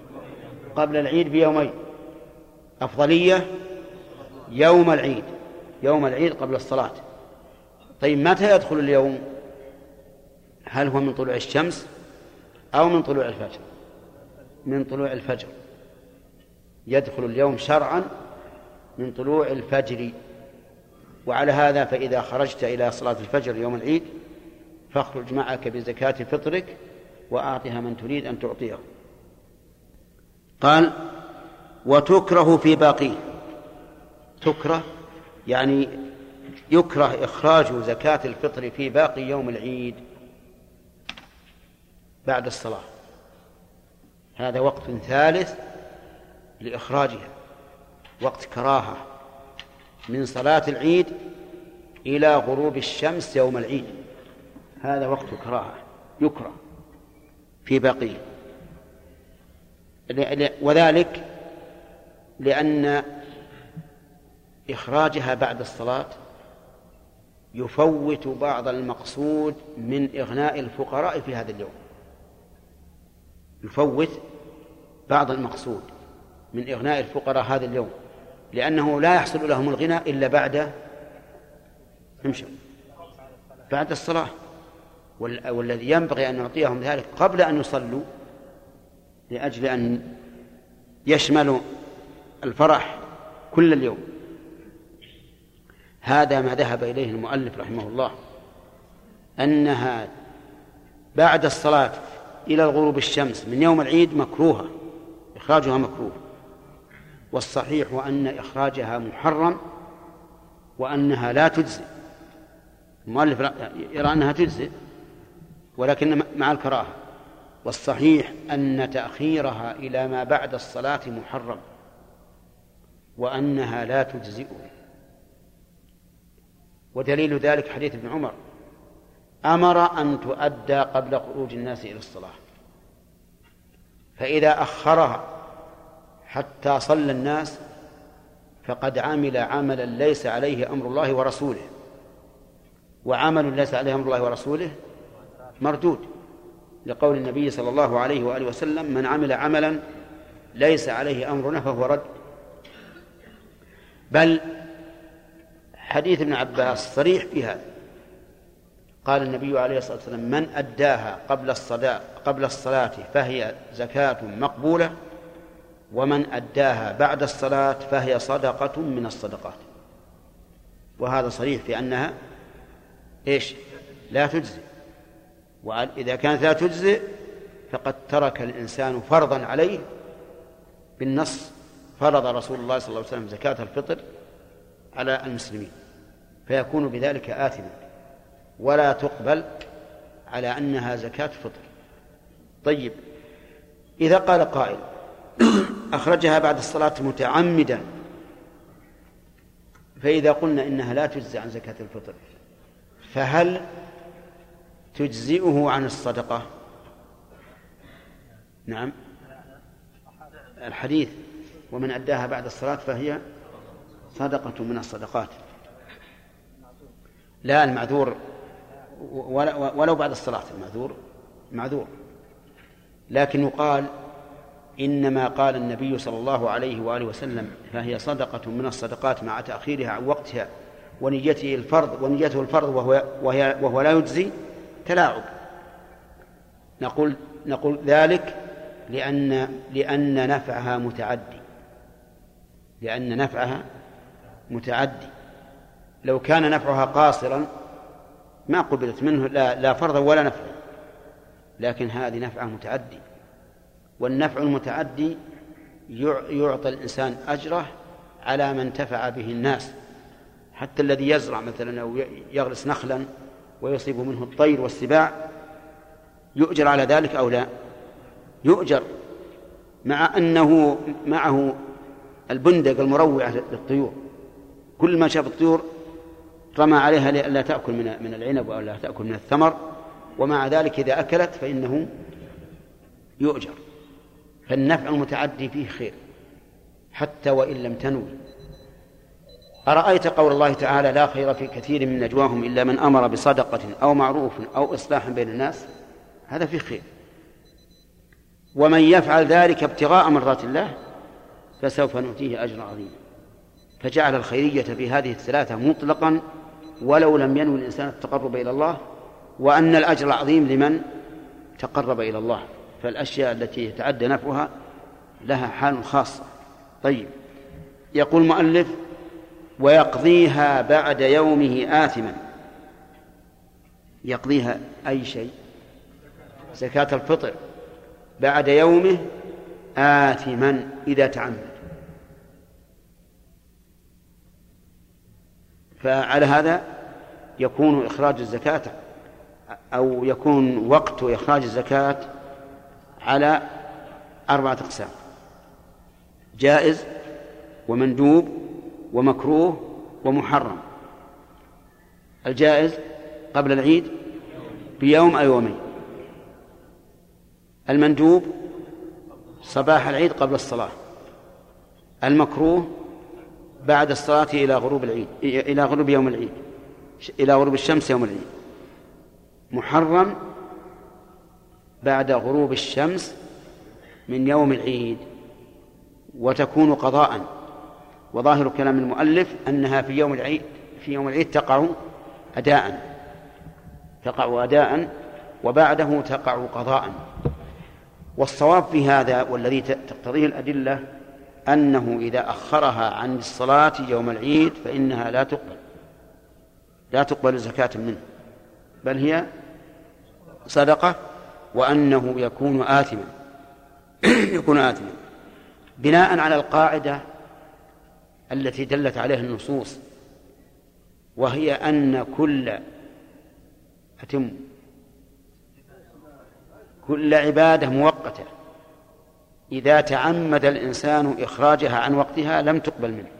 قبل العيد بيومين. أفضلية يوم العيد، يوم العيد قبل الصلاة. طيب متى يدخل اليوم؟ هل هو من طلوع الشمس أو من طلوع الفجر؟ من طلوع الفجر. يدخل اليوم شرعا من طلوع الفجر. وعلى هذا فإذا خرجت إلى صلاة الفجر يوم العيد فاخرج معك بزكاة فطرك وأعطها من تريد أن تعطيه. قال وتكره في باقيه. تكره يعني يكره إخراج زكاة الفطر في باقي يوم العيد بعد الصلاة. هذا وقت ثالث لإخراجها، وقت كراهة من صلاة العيد إلى غروب الشمس يوم العيد. هذا وقت كراهة يكره في باقيه، وذلك لأن إخراجها بعد الصلاة يفوت بعض المقصود من إغناء الفقراء في هذا اليوم. يفوت بعض المقصود من إغناء الفقراء هذا اليوم، لأنه لا يحصل لهم الغنى إلا بعد الصلاة، والذي ينبغي أن نعطيهم ذلك قبل أن يصلوا لأجل أن يشملوا الفرح كل اليوم. هذا ما ذهب إليه المؤلف رحمه الله، أنها بعد الصلاة إلى الغروب الشمس من يوم العيد مكروهة، إخراجها مكروه. والصحيح أن إخراجها محرم وأنها لا تجزئ. المؤلف يرى أنها تجزئ ولكن مع الكراهة، والصحيح أن تأخيرها إلى ما بعد الصلاة محرم وأنها لا تجزئ. ودليل ذلك حديث ابن عمر أمر أن تؤدى قبل خروج الناس إلى الصلاة، فإذا أخرها حتى صلى الناس فقد عمل عملا ليس عليه أمر الله ورسوله، وعمل ليس عليه أمر الله ورسوله مردود، لقول النبي صلى الله عليه وآله وسلم من عمل عملا ليس عليه أمرنا فهو رد. بل حديث ابن عباس صريح في هذا، قال النبي عليه الصلاة والسلام من أداها قبل الصلاة فهي زكاة مقبولة، ومن أداها بعد الصلاة فهي صدقة من الصدقات. وهذا صريح في أنها لا تجزئ، وإذا كانت لا تجزئ فقد ترك الإنسان فرضا عليه بالنص. فرض رسول الله صلى الله عليه وسلم زكاة الفطر على المسلمين، فيكون بذلك آثما ولا تقبل على أنها زكاة فطر. طيب إذا قال قائل أخرجها بعد الصلاة متعمدا، فإذا قلنا إنها لا تجزي عن زكاة الفطر فهل تجزئه عن الصدقة؟ نعم، الحديث ومن أداها بعد الصلاة فهي صدقة من الصدقات. لا، المعذور ولو بعد الصلاة المعذور معذور، لكن يقال إنما قال النبي صلى الله عليه وآله وسلم فهي صدقة من الصدقات مع تأخيرها عن وقتها ونيته الفرض وهو لا يجزي تلاعب. نقول ذلك لأن نفعها متعدي. لو كان نفعها قاصرا ما قبلت منه لا فرضا ولا نفعا، لكن هذه نفعها متعدي، والنفع المتعدي يعطى الإنسان أجره على ما انتفع به الناس. حتى الذي يزرع مثلا أو يغرس نخلا ويصيب منه الطير والسباع يؤجر على ذلك أو لا؟ يؤجر، مع أنه معه البندق المروعة للطيور، كل ما شاف الطيور رمى عليها لا تأكل من العنب أو لا تأكل من الثمر، ومع ذلك إذا أكلت فإنه يؤجر. فالنفع المتعدي فيه خير حتى وإن لم تنوي. أرأيت قول الله تعالى لا خير في كثير من نجواهم إلا من أمر بصدقة أو معروف أو إصلاح بين الناس، هذا فيه خير. ومن يفعل ذلك ابتغاء مرضات الله فسوف نؤتيه أجرا عظيما. فجعل الخيرية في هذه الثلاثة مطلقا ولو لم ينوي الإنسان التقرب إلى الله، وأن الأجر العظيم لمن تقرب إلى الله. فالأشياء التي يتعدى نفعها لها حال خاصة. طيب، يقول المؤلف: ويقضيها بعد يومه آثما. يقضيها أي شيء؟ زكاة الفطر بعد يومه آثما إذا تعمد. فعلى هذا يكون إخراج الزكاة أو يكون وقت إخراج الزكاة على 4 أقسام: جائز ومندوب ومكروه ومحرم. الجائز قبل العيد بيوم أو يومين، المندوب صباح العيد قبل الصلاة، المكروه بعد الصلاة إلى غروب العيد، إلى غروب يوم العيد، إلى غروب الشمس يوم العيد، محرم بعد غروب الشمس من يوم العيد، وتكون قضاء. وظاهر كلام المؤلف أنها في يوم العيد تقع أداء وبعده تقع قضاء. والصواب في هذا والذي تقتضيه الأدلة أنه إذا أخرها عن الصلاة يوم العيد فإنها لا تقبل زكاة منه، بل هي صدقة، وأنه يكون آثما بناء على القاعدة التي دلت عليها النصوص، وهي أن كل عبادة مؤقتة إذا تعمد الإنسان إخراجها عن وقتها لم تقبل منه.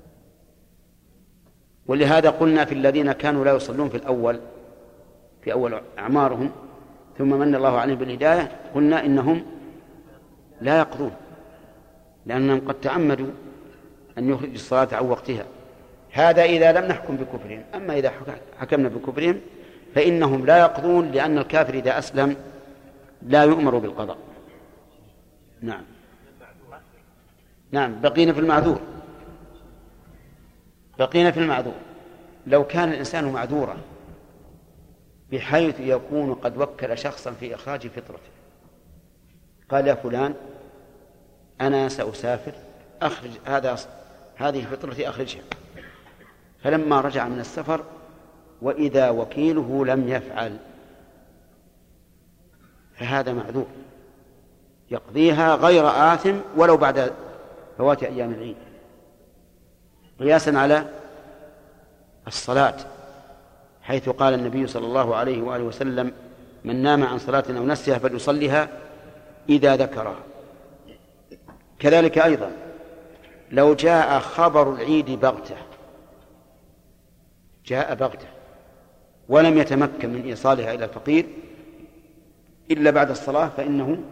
ولهذا قلنا في الذين كانوا لا يصلون في أول أعمارهم ثم من الله عليهم بالهداية، قلنا إنهم لا يقضون لأنهم قد تعمدوا أن يخرج الصلاة عن وقتها. هذا إذا لم نحكم بكفرهم. أما إذا حكمنا بكفرهم فإنهم لا يقضون، لأن الكافر إذا أسلم لا يؤمر بالقضاء. نعم، بقينا في المعذور. لو كان الإنسان معذورا بحيث يكون قد وكل شخصا في إخراج فطرته، قال: يا فلان أنا سأسافر، أخرج هذه فطرتي أخرجها. فلما رجع من السفر وإذا وكيله لم يفعل، فهذا معذور يقضيها غير آثم ولو بعد فوات أيام العيد، قياسا على الصلاة، حيث قال النبي صلى الله عليه وآله وسلم: من نام عن صلاة أو نسيها فليصليها إذا ذكرها. كذلك أيضا لو جاء خبر العيد بغتة ولم يتمكن من إيصالها إلى الفقير إلا بعد الصلاة، فإنه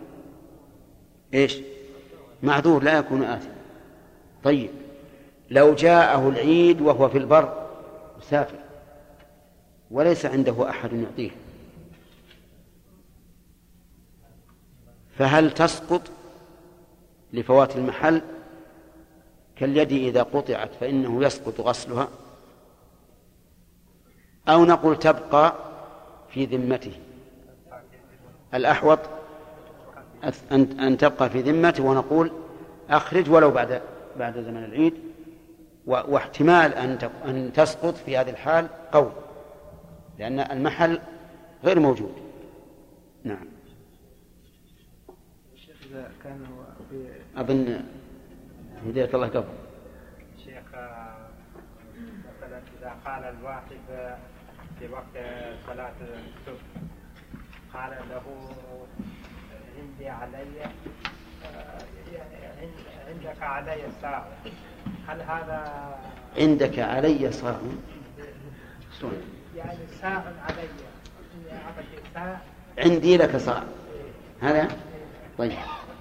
معذور لا يكون آثما. طيب، لو جاءه العيد وهو في البر مسافر وليس عنده أحد يعطيه، فهل تسقط لفوات المحل كاليد إذا قطعت فإنه يسقط غسلها، أو نقول تبقى في ذمته؟ الأحوط أن تبقى في ذمته، ونقول أخرج ولو بعد زمن العيد، واحتمال أن تسقط في هذه الحال قول، لأن المحل غير موجود. نعم. إذا كان هو أظن هداية الله قبل شيخ، مثلا إذا قال الواحد في وقت صلاة الصبح قال له: عندك علي ساعة، هل هذا عندك علي ساعة؟ يعني ساعة علي، ساعة عندي لك ساعة، هذا طيب.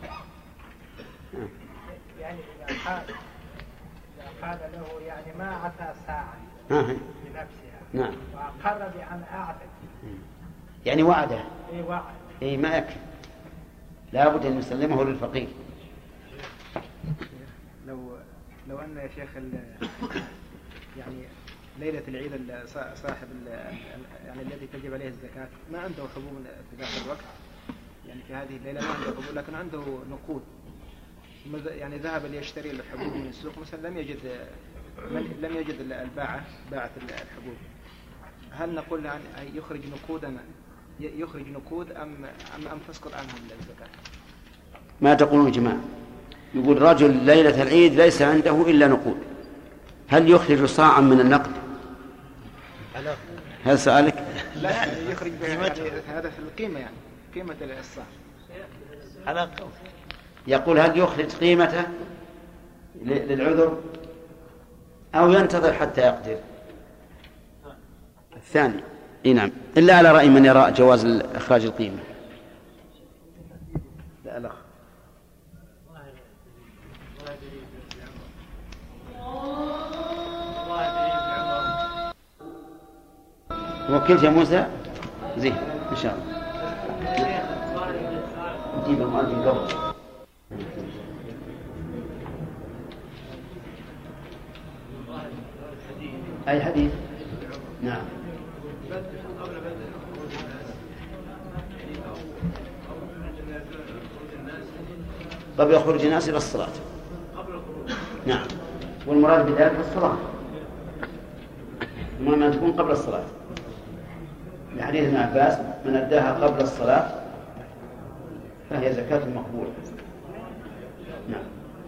يعني إذا قال له يعني ما أعطى ساعة بنفسها، نعم، وأقر بأن أعطي، يعني وعده، وعد، ما يكفي، لا بد أن يسلمه للفقير. لو أن يا شيخ يعني ليلة العيد صاحب يعني الذي تجب عليه الزكاة ما عنده حبوب في ذاك الوقت، يعني في هذه الليلة ما عنده حبوب لكن عنده نقود، يعني ذهب ليشتري الحبوب من السوق مثلا لم يجد الباعة باعة الحبوب، هل نقول له يخرج نقود أم تسقط عنه الزكاة؟ ما تقولون يا جماعة؟ يقول رجل ليلة العيد ليس عنده إلا نقود، هل يخرج صاعا من النقد؟ هذا سؤالك؟ لا يخرج هذا في القيمة، يعني قيمة الصاع. يقول هل يخرج قيمته للعذر أو ينتظر حتى يقدر؟ الثاني. نعم، إلا على رأي من يرى جواز إخراج القيمة. لا الأخ وكلت يا موسى زين إن شاء الله. نجيب المؤذن قبل. أي حديث؟ نعم. قبل خروج الناس إلى الصلاة. نعم، والمراد بذلك الصلاة، المهم أن تكون قبل الصلاة، لحديث ابن عباس من أداها قبل الصلاة فهي زكاة مقبولة. نعم.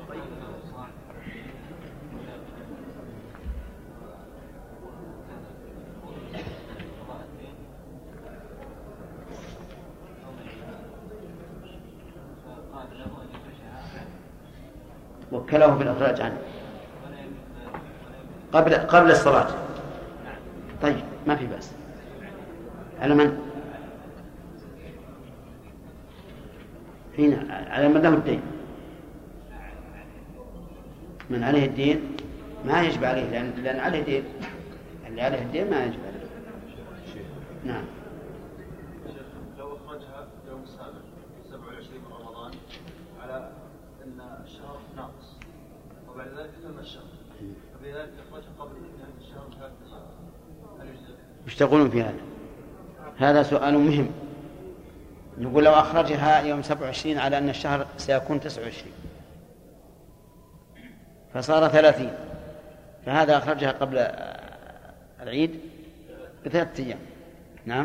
وكله بالإخراج عنه قبل الصلاة. طيب ما في بأس. على من؟ هنا على من له الدين. من عليه الدين ما يجب عليه، لأن عليه دين، اللي عليه الدين ما يجب عليه. نعم. لو أخرجها يوم السابع 27 من رمضان على أن الشهر ناقص وبعد ذلك تم الشهر، فبذلك أخرجها قبل نهاية الشهر بثلاث أيام، هل يجزئ؟ وش تقولون في هذا؟ هذا سؤال مهم. نقول لو أخرجها يوم 27 على أن الشهر سيكون 29 فصار 30، فهذا أخرجها قبل العيد بثلاثة أيام. نعم.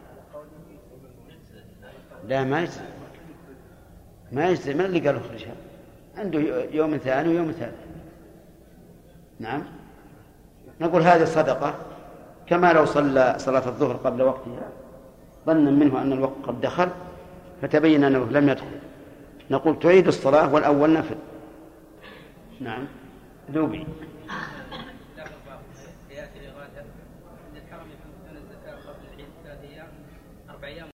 لا ما يجزي، ما يجزي. من اللي قال أخرجها؟ عنده يوم ثاني ويوم ثالث. نعم. نقول هذه الصدقة كما لو صلى صلاة الظهر قبل وقتها ظنا منه أن الوقت قد دخل فتبين أنه لم يدخل، نقول تعيد الصلاة والأول نفل. نعم. ذوبي. يأتي الإغاثة عند الحرم يكون الزكاة قبل العيد 3 أيام 4 أيام